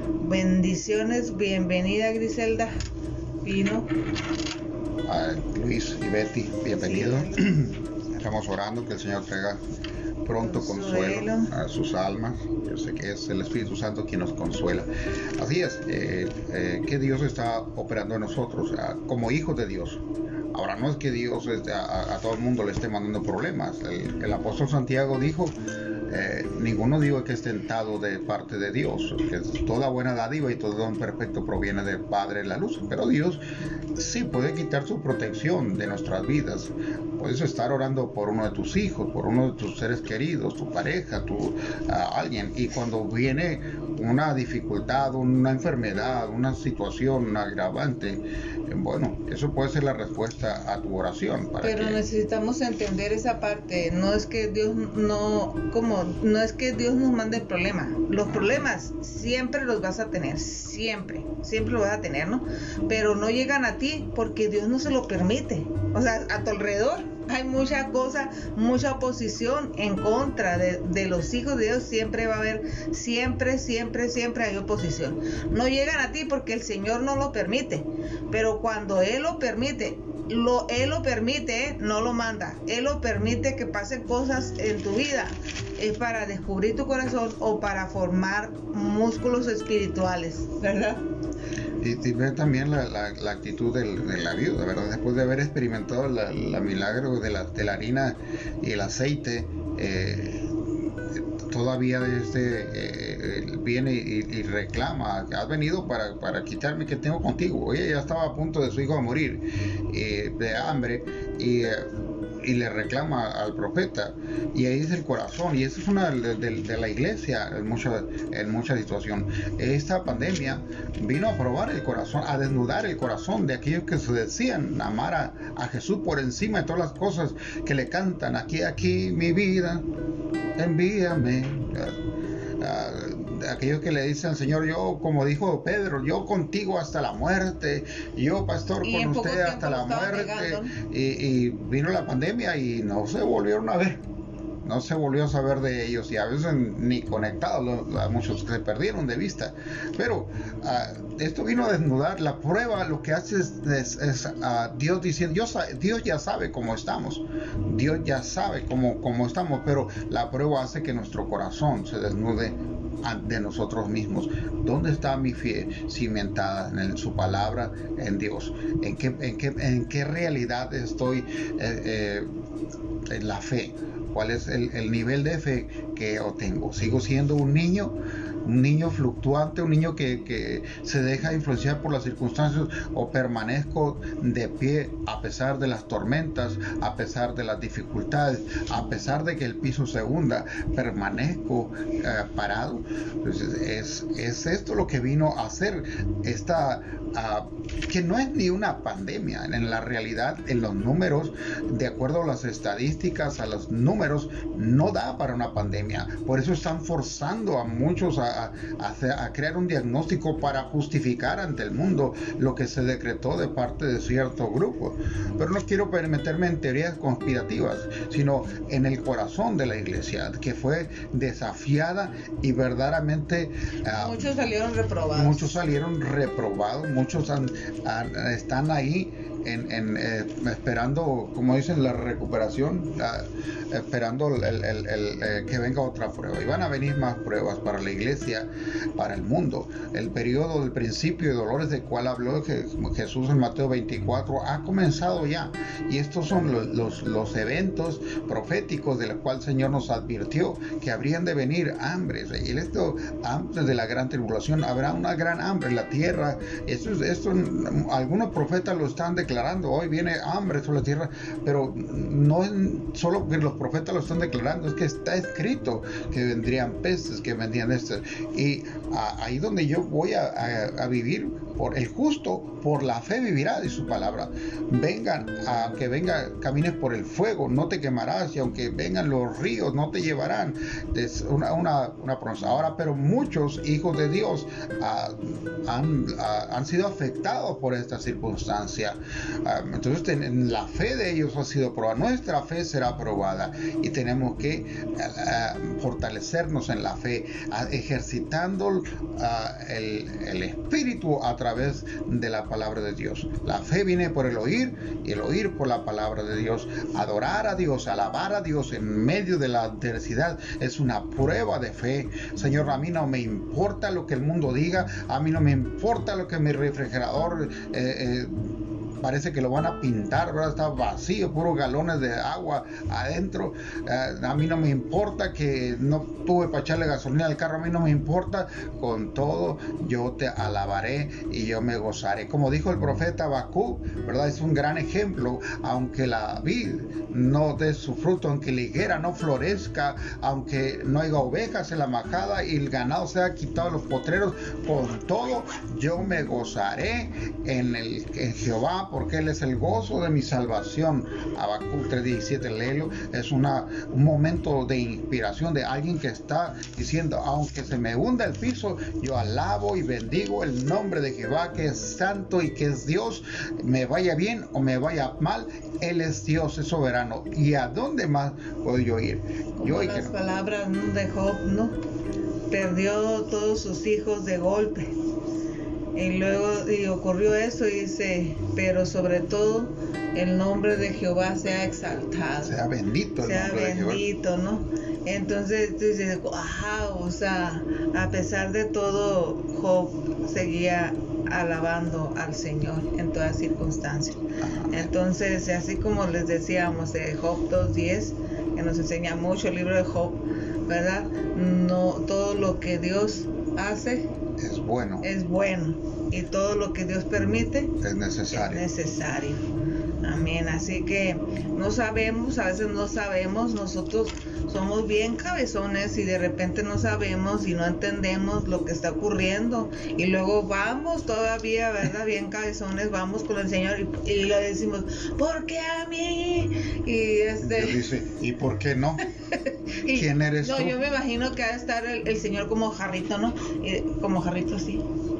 [SPEAKER 2] Bendiciones, bienvenida Griselda Pino.
[SPEAKER 1] Uh, Luis y Betty, bienvenido. Sí. Estamos orando que el Señor traiga pronto consuelo. consuelo a sus almas. Yo sé que es el Espíritu Santo quien nos consuela. Así es, eh, eh, que Dios está operando en nosotros uh, como hijos de Dios. Ahora, no es que Dios este, a, a todo el mundo le esté mandando problemas. El, el apóstol Santiago dijo, eh, ninguno digo que es tentado de parte de Dios, que toda buena dádiva y todo don perfecto proviene del Padre de la luz. Pero Dios sí puede quitar su protección de nuestras vidas. Puedes estar orando por uno de tus hijos, por uno de tus seres queridos, tu pareja, tu, uh, alguien, y cuando viene una dificultad, una enfermedad, una situación agravante, eh, bueno, eso puede ser la respuesta a tu oración. Para
[SPEAKER 2] Pero
[SPEAKER 1] que...
[SPEAKER 2] necesitamos entender esa parte. No es que Dios no, como, no es que Dios nos mande el problema. Los problemas siempre los vas a tener, siempre, siempre los vas a tener, ¿no? Pero no llegan a ti porque Dios no se lo permite. O sea, a tu alrededor hay mucha cosa, mucha oposición en contra de, de los hijos de Dios. Siempre va a haber, siempre, siempre, siempre hay oposición. No llegan a ti porque el Señor no lo permite, pero cuando Él lo permite, lo, Él lo permite, ¿eh? No lo manda. Él lo permite que pasen cosas en tu vida. Es para descubrir tu corazón o para formar músculos espirituales, ¿verdad?
[SPEAKER 1] Y, y ver también la, la, la actitud del, de la viuda, ¿verdad? Después de haber experimentado la, la milagro de la, de la harina y el aceite, eh, todavía desde eh, viene y, y reclama, has venido para, para quitarme que tengo contigo. Ella ya estaba a punto de su hijo a morir eh, de hambre y, eh, y le reclama al profeta, y ahí es el corazón, y eso es una de, de, de la iglesia en mucha, en mucha situación. Esta pandemia vino a probar el corazón, a desnudar el corazón de aquellos que se decían amar a, a Jesús por encima de todas las cosas, que le cantan aquí, aquí mi vida, envíame. Uh, aquellos que le dicen al Señor, yo, como dijo Pedro, yo contigo hasta la muerte, yo pastor con usted hasta la muerte, y, y vino la pandemia y no se volvieron a ver, no se volvió a saber de ellos, y a veces ni conectados, a muchos que se perdieron de vista. Pero uh, esto vino a desnudar la prueba. Lo que hace es, es, es uh, Dios diciendo, Dios, Dios ya sabe cómo estamos, Dios ya sabe cómo, cómo estamos, pero la prueba hace que nuestro corazón se desnude de nosotros mismos. ¿Dónde está mi fe cimentada en su palabra, en Dios? ¿En qué, en qué, en qué realidad estoy eh, eh, en la fe? ¿Cuál es el, el nivel de fe que yo tengo? ¿Sigo siendo un niño? Un niño fluctuante, un niño que, que se deja influenciar por las circunstancias, o permanezco de pie a pesar de las tormentas, a pesar de las dificultades, a pesar de que el piso se hunda, permanezco eh, parado. Entonces, es, es esto lo que vino a hacer esta, uh, que no es ni una pandemia. En la realidad, en los números, de acuerdo a las estadísticas, a los números, no da para una pandemia. Por eso están forzando a muchos a A, a, a crear un diagnóstico para justificar ante el mundo lo que se decretó de parte de cierto grupo. Pero no quiero meterme en teorías conspirativas, sino en el corazón de la iglesia, que fue desafiada y verdaderamente uh,
[SPEAKER 2] muchos salieron reprobados.
[SPEAKER 1] Muchos salieron reprobados, muchos han, han, están ahí en, en, eh, esperando, como dicen, la recuperación, uh, esperando el, el, el, el, eh, que venga otra prueba. Y van a venir más pruebas para la iglesia, para el mundo. El periodo del principio de dolores del cual habló Jesús en Mateo veinticuatro ha comenzado ya. Y estos son los, los, los eventos proféticos de los cuales el Señor nos advirtió que habrían de venir hambres. Y esto, antes de la gran tribulación, habrá una gran hambre en la tierra. Esto, esto, algunos profetas lo están declarando. Hoy viene hambre sobre la tierra, pero no es solo que los profetas lo están declarando, es que está escrito que vendrían pestes, que vendrían estos. Y a, ahí donde yo voy a, a, a vivir, por el justo, por la fe vivirá, de su palabra. Vengan, aunque venga, camines por el fuego, no te quemarás, y aunque vengan los ríos, no te llevarán. Es una, una, una promesa. Ahora, pero muchos hijos de Dios uh, han, uh, han sido afectados por esta circunstancia. Uh, entonces, ten, la fe de ellos ha sido probada. Nuestra fe será probada, y tenemos que uh, uh, fortalecernos en la fe, uh, ejercitando uh, el, el espíritu a través de la palabra de Dios. La fe viene por el oír, y el oír por la palabra de Dios. Adorar a Dios, alabar a Dios en medio de la adversidad es una prueba de fe. Señor, a mí no me importa lo que el mundo diga, a mí no me importa lo que mi refrigerador eh, eh, parece que lo van a pintar, ¿verdad? Está vacío, puros galones de agua adentro. Uh, a mí no me importa que no tuve para echarle gasolina al carro, a mí no me importa. Con todo, yo te alabaré y yo me gozaré. Como dijo el profeta Habacuc, ¿verdad? Es un gran ejemplo. Aunque la vid no dé su fruto, aunque la higuera no florezca, aunque no haya ovejas en la majada y el ganado sea quitado de los potreros, con todo, yo me gozaré en, el, en Jehová, porque Él es el gozo de mi salvación. Habacuc tres diecisiete, léelo. Es una, un momento de inspiración de alguien que está diciendo, aunque se me hunda el piso, yo alabo y bendigo el nombre de Jehová, que es santo y que es Dios. Me vaya bien o me vaya mal, Él es Dios, es soberano. ¿Y a dónde más puedo yo ir?
[SPEAKER 2] Como
[SPEAKER 1] yo
[SPEAKER 2] las palabras de Job, ¿no? Perdió todos sus hijos de golpe. Y luego y ocurrió eso, y dice, pero sobre todo el nombre de Jehová sea exaltado.
[SPEAKER 1] Sea bendito el
[SPEAKER 2] sea
[SPEAKER 1] nombre
[SPEAKER 2] bendito,
[SPEAKER 1] de Jehová.
[SPEAKER 2] ¿no? Entonces tú dices, wow, o sea, a pesar de todo, Job seguía alabando al Señor en todas circunstancias. Entonces, así como les decíamos de Job dos diez, que nos enseña mucho el libro de Job, ¿verdad? No, todo lo que Dios hace
[SPEAKER 1] es bueno.
[SPEAKER 2] Es bueno. Y todo lo que Dios permite
[SPEAKER 1] es necesario.
[SPEAKER 2] Es necesario. Amén. Así que no sabemos, a veces no sabemos, nosotros somos bien cabezones y de repente no sabemos y no entendemos lo que está ocurriendo. Y luego vamos todavía, ¿verdad? Bien cabezones, vamos con el Señor y, y le decimos, ¿por qué a mí? Y este...
[SPEAKER 1] Dios dice, ¿y por qué no?
[SPEAKER 2] y,
[SPEAKER 1] ¿Quién eres
[SPEAKER 2] no,
[SPEAKER 1] tú?
[SPEAKER 2] No, yo me imagino que ha de estar el, el Señor como jarrito, ¿no? Y, como jarrito así.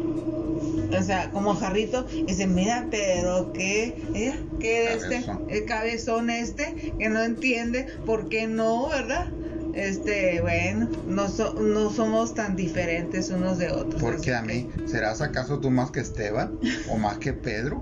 [SPEAKER 2] O sea, como jarrito, y dice, mira, pero qué, ¿eh? ¿Qué este, el cabezón este, que no entiende, por qué no, ¿verdad? Este, bueno, no, so, no somos tan diferentes unos de otros.
[SPEAKER 1] ¿Por qué a mí? ¿Serás acaso tú más que Esteban? ¿O más que Pedro?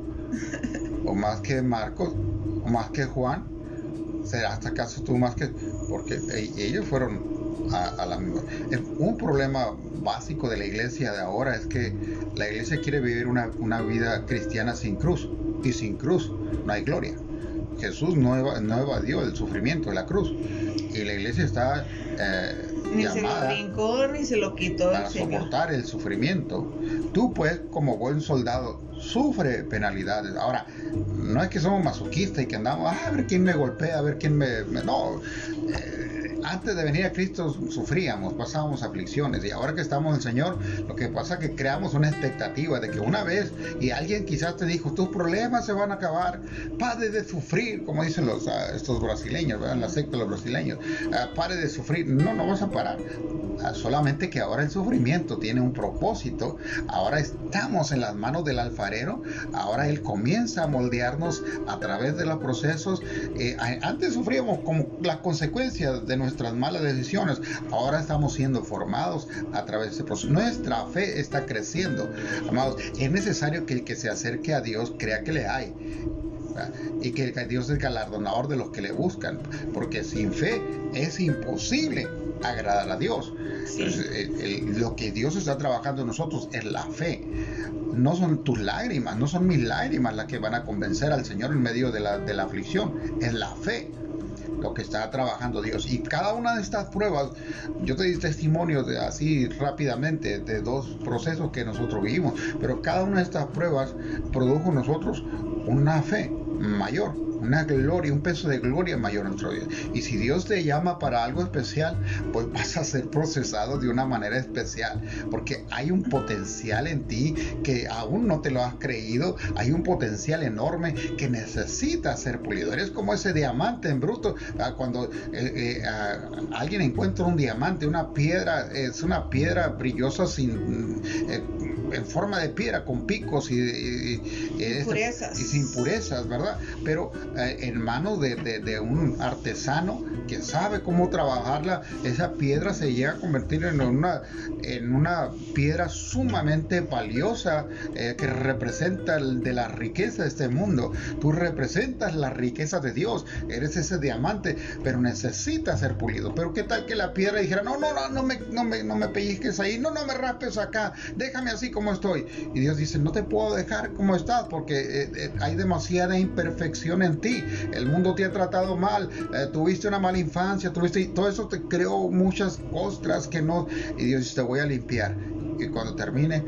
[SPEAKER 1] ¿O más que Marcos? ¿O más que Juan? ¿Serás acaso tú más que...? Porque ellos fueron a, a la misma... Un problema básico de la iglesia de ahora es que la iglesia quiere vivir una, una vida cristiana sin cruz, y sin cruz no hay gloria. Jesús no, eva, no evadió el sufrimiento de la cruz, y la iglesia está eh,
[SPEAKER 2] ni
[SPEAKER 1] llamada
[SPEAKER 2] se lo brincó ni se lo quitó
[SPEAKER 1] para
[SPEAKER 2] el Señor.
[SPEAKER 1] soportar el sufrimiento. Tú pues, como buen soldado, sufre penalidades. Ahora, no es que somos masoquistas y que andamos ah, a ver quién me golpea, a ver quién me, me no eh, antes de venir a Cristo sufríamos, pasábamos aflicciones, y ahora que estamos en el Señor, lo que pasa es que creamos una expectativa de que una vez, y alguien quizás te dijo, tus problemas se van a acabar, pare de sufrir, como dicen los, uh, estos brasileños, ¿verdad? En la secta de los brasileños, uh, pare de sufrir. No, no vas a parar. Uh, solamente que ahora el sufrimiento tiene un propósito. Ahora estamos en las manos del alfarero. Ahora Él comienza a moldearnos a través de los procesos. Eh, antes sufríamos como las consecuencias de nuestras malas decisiones. Ahora estamos siendo formados a través de ese proceso. Nuestra fe está creciendo. Amados, es necesario que el que se acerque a Dios crea que le hay, ¿verdad? Y que Dios es galardonador de los que le buscan, porque sin fe es imposible agradar a Dios. Sí. Entonces, el, el, lo que Dios está trabajando en nosotros es la fe. No son tus lágrimas, no son mis lágrimas las que van a convencer al Señor en medio de la, de la aflicción. Es la fe lo que está trabajando Dios. Y cada una de estas pruebas, yo te di testimonio de, así rápidamente, de dos procesos que nosotros vivimos, pero cada una de estas pruebas produjo en nosotros una fe mayor, una gloria, un peso de gloria mayor en nuestra vida. Y si Dios te llama para algo especial, pues vas a ser procesado de una manera especial, porque hay un potencial en ti que aún no te lo has creído. Hay un potencial enorme que necesita ser pulido. Eres como ese diamante en bruto. Cuando eh, eh, alguien encuentra un diamante, una piedra, es una piedra brillosa sin eh, en forma de piedra, con picos y, y, y,
[SPEAKER 2] impurezas.
[SPEAKER 1] y sin impurezas, ¿verdad? Pero eh, en manos de, de, de un artesano que sabe cómo trabajarla, esa piedra se llega a convertir en una, en una piedra sumamente valiosa, eh, que representa el de la riqueza de este mundo. Tú representas la riqueza de Dios, eres ese diamante, pero necesitas ser pulido. Pero qué tal que la piedra dijera, no, no, no, no me, no me, no me pellizques ahí, no, no me raspes acá, déjame así como estoy. Y Dios dice, no te puedo dejar como estás, porque eh, eh, hay demasiada imperfección en ti. El mundo te ha tratado mal, eh, tuviste una mala infancia, tuviste, todo eso te creó muchas costras que no, y Dios dice, te voy a limpiar, y cuando termine,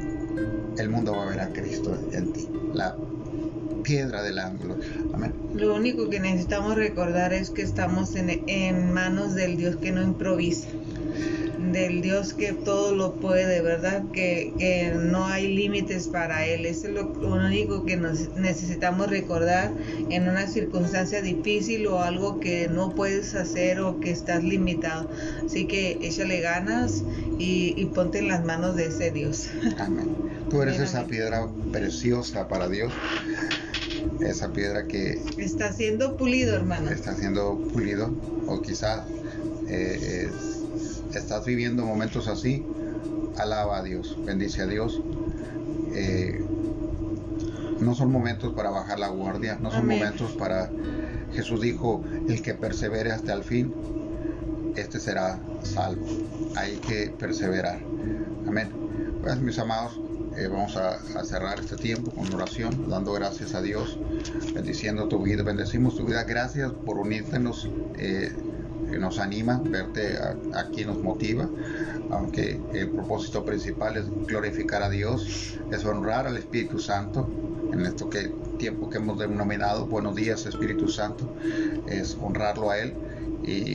[SPEAKER 1] el mundo va a ver a Cristo en ti, la piedra del ángulo. Amén.
[SPEAKER 2] Lo único que necesitamos recordar es que estamos en, en manos del Dios que no improvisa, del Dios que todo lo puede, ¿verdad? Que, que no hay límites para Él. Eso es lo, lo único que nos necesitamos recordar en una circunstancia difícil o algo que no puedes hacer o que estás limitado. Así que échale ganas y, y ponte en las manos de ese Dios.
[SPEAKER 1] Amén. Tú eres
[SPEAKER 2] Amén.
[SPEAKER 1] Esa piedra preciosa para Dios. Esa piedra que
[SPEAKER 2] está siendo pulido, hermano.
[SPEAKER 1] Está siendo pulido, o quizás eh, es, estás viviendo momentos así. Alaba a Dios, bendice a Dios. Eh, no son momentos para bajar la guardia, no son
[SPEAKER 2] Amén.
[SPEAKER 1] momentos para... Jesús dijo, el que persevere hasta el fin, este será salvo. Hay que perseverar. Amén. Pues mis amados, eh, vamos a, a cerrar este tiempo con oración, dando gracias a Dios, bendiciendo tu vida, bendecimos tu vida. Gracias por unirnos, eh, que nos anima, verte aquí nos motiva, aunque el propósito principal es glorificar a Dios, es honrar al Espíritu Santo. En esto que tiempo que hemos denominado Buenos Días Espíritu Santo, es honrarlo a Él y,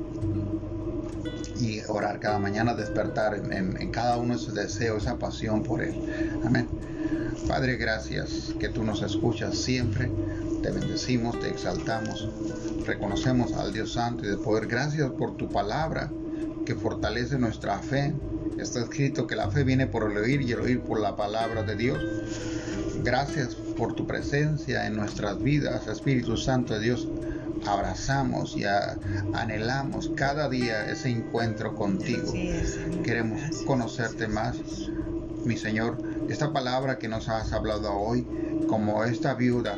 [SPEAKER 1] y orar cada mañana, despertar en, en, en cada uno ese deseo, esa pasión por Él. Amén. Padre, gracias que tú nos escuchas siempre, te bendecimos, te exaltamos, reconocemos al Dios Santo y de poder. Gracias por tu palabra que fortalece nuestra fe. Está escrito que la fe viene por el oír y el oír por la palabra de Dios. Gracias por tu presencia en nuestras vidas, Espíritu Santo de Dios. Abrazamos y a, anhelamos cada día ese encuentro contigo. Queremos conocerte más, mi Señor. Esta palabra que nos has hablado hoy, como esta viuda,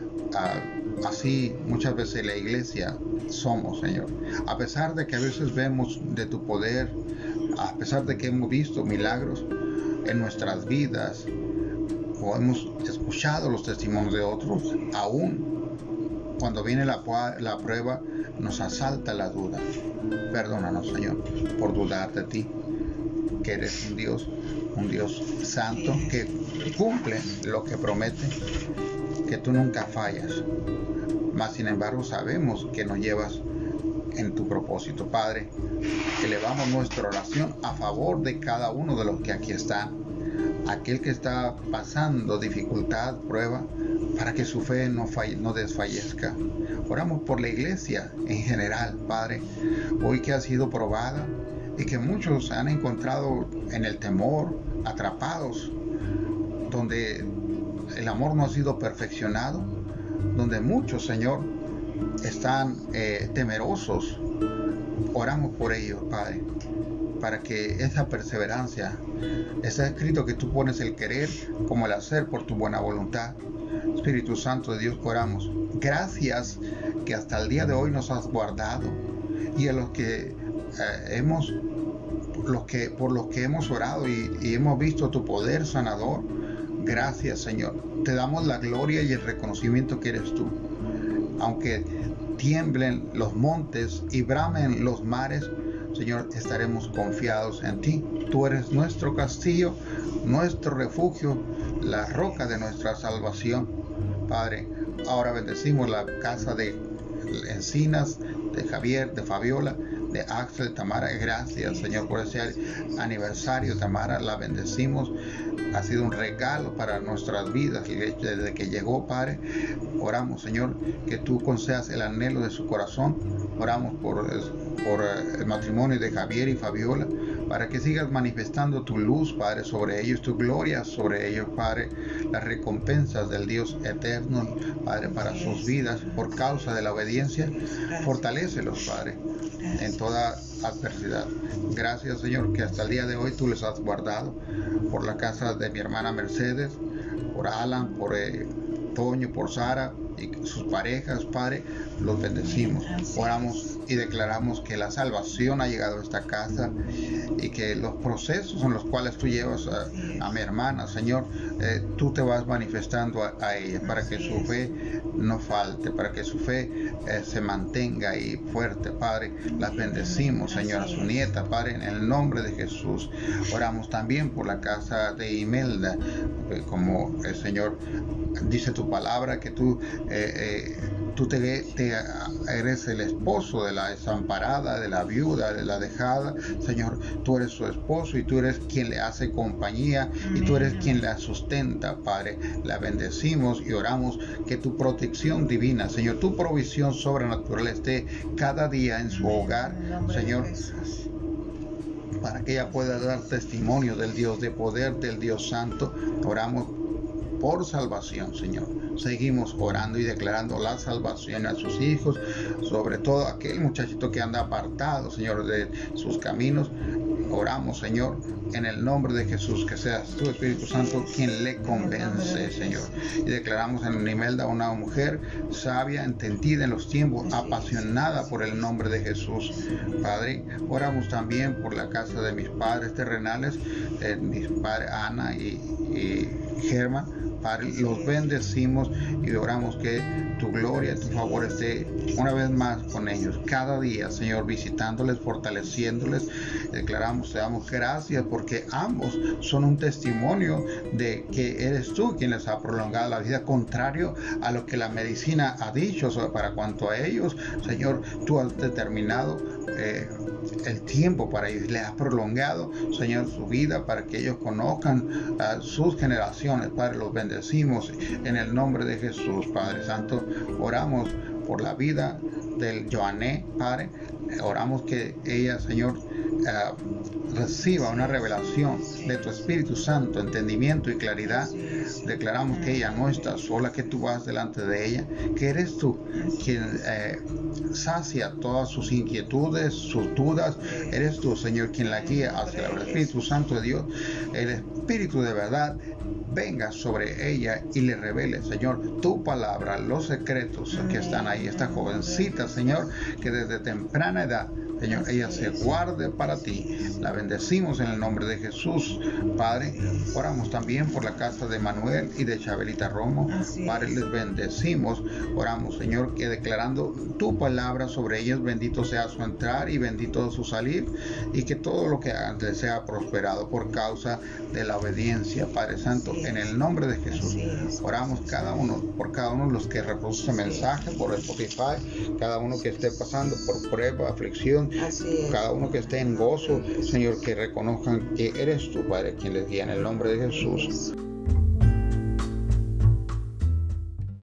[SPEAKER 1] uh, así muchas veces la iglesia somos, Señor. A pesar de que a veces vemos de tu poder, a pesar de que hemos visto milagros en nuestras vidas, o hemos escuchado los testimonios de otros, aún cuando viene la, la prueba, nos asalta la duda. Perdónanos, Señor, por dudar de ti, que eres un Dios, un Dios santo, que cumple lo que promete, que tú nunca fallas. Mas, sin embargo, sabemos que nos llevas en tu propósito. Padre, elevamos nuestra oración a favor de cada uno de los que aquí están, aquel que está pasando dificultad, prueba, para que su fe no, falle, no desfallezca. Oramos por la iglesia en general, Padre, hoy que ha sido probada y que muchos se han encontrado en el temor, atrapados, donde el amor no ha sido perfeccionado, donde muchos, Señor, están eh, temerosos. Oramos por ellos, Padre, para que esa perseverancia, está escrito que tú pones el querer como el hacer por tu buena voluntad. Espíritu Santo de Dios, oramos. Gracias que hasta el día de hoy nos has guardado, y a los que eh, hemos, los que por los que hemos orado y, y hemos visto tu poder sanador. Gracias, Señor. Te damos la gloria y el reconocimiento que eres tú. Aunque tiemblen los montes y bramen los mares, Señor, estaremos confiados en ti. Tú eres nuestro castillo, nuestro refugio, la roca de nuestra salvación. Padre, ahora bendecimos la casa de Encinas, de Javier, de Fabiola, de Axel, Tamara. Gracias, Señor, por ese aniversario, Tamara, la bendecimos. Ha sido un regalo para nuestras vidas desde que llegó, Padre. Oramos, Señor, que tú concedas el anhelo de su corazón. Oramos por, por el matrimonio de Javier y Fabiola, para que sigas manifestando tu luz, Padre, sobre ellos, tu gloria sobre ellos, Padre, las recompensas del Dios eterno, Padre, para sus vidas, por causa de la obediencia. Fortalécelos, Padre, en toda adversidad. Gracias, Señor, que hasta el día de hoy tú les has guardado, por la casa de mi hermana Mercedes, por Alan, por eh, Toño, por Sara y sus parejas, Padre, los bendecimos. Oramos y declaramos que la salvación ha llegado a esta casa, y que los procesos en los cuales tú llevas a, a mi hermana, Señor, eh, tú te vas manifestando a, a ella, para que su fe no falte, para que su fe eh, se mantenga ahí fuerte, Padre. Las bendecimos, Señor, a su nieta, Padre, en el nombre de Jesús. Oramos también por la casa de Imelda, eh, como el Señor dice tu palabra, que tú eh, eh, tú te, te eres el esposo de la desamparada, de la viuda, de la dejada. Señor, tú eres su esposo y tú eres quien le hace compañía, y tú eres quien la sustenta, Padre. La bendecimos y oramos que tu protección divina, Señor, tu provisión sobrenatural esté cada día en su hogar, Señor, para que ella pueda dar testimonio del Dios de poder, del Dios santo. Oramos por salvación, Señor. Seguimos orando y declarando la salvación a sus hijos, sobre todo aquel muchachito que anda apartado, Señor, de sus caminos. Oramos, Señor, en el nombre de Jesús, que seas tu Espíritu Santo quien le convence, Señor. Y declaramos en Nimelda una mujer sabia, entendida en los tiempos, apasionada por el nombre de Jesús. Padre, oramos también por la casa de mis padres terrenales, eh, mis padres Ana y, y Germa. Padre, los bendecimos y oramos que tu gloria, tu favor esté una vez más con ellos, cada día, Señor, visitándoles, fortaleciéndoles. Declaramos, te damos gracias porque ambos son un testimonio de que eres tú quien les ha prolongado la vida, contrario a lo que la medicina ha dicho para cuanto a ellos. Señor, tú has determinado eh, el tiempo para ellos, les has prolongado, Señor, su vida para que ellos conozcan uh, sus generaciones. Padre, los bendecimos en el nombre de Jesús. Padre Santo, oramos por la vida del Joané, Padre. Oramos que ella, Señor, uh, reciba una revelación de tu Espíritu Santo, entendimiento y claridad. Declaramos que ella no está sola, que tú vas delante de ella, que eres tú quien eh, sacia todas sus inquietudes, sus dudas. Eres tú, Señor, quien la guía hacia el Espíritu Santo de Dios. El Espíritu de verdad venga sobre ella y le revele, Señor, tu palabra, los secretos que están ahí. Esta jovencita, Señor, que desde temprana edad, Señor, ella se guarde para ti. La bendecimos en el nombre de Jesús, Padre. Oramos también por la casa de Manuel y de Chabelita Romo. Padre, les bendecimos. Oramos, Señor, que declarando tu palabra sobre ellos, bendito sea su entrar y bendito su salir, y que todo lo que hagan les sea prosperado por causa de la obediencia, Padre Santo, en el nombre de Jesús. Oramos cada uno, por cada uno de los que reproducen mensajes por Spotify, cada uno que esté pasando por prueba, aflicción, cada uno que esté en gozo, Señor, que reconozcan que eres tú, Padre, quien les guía en el nombre de Jesús.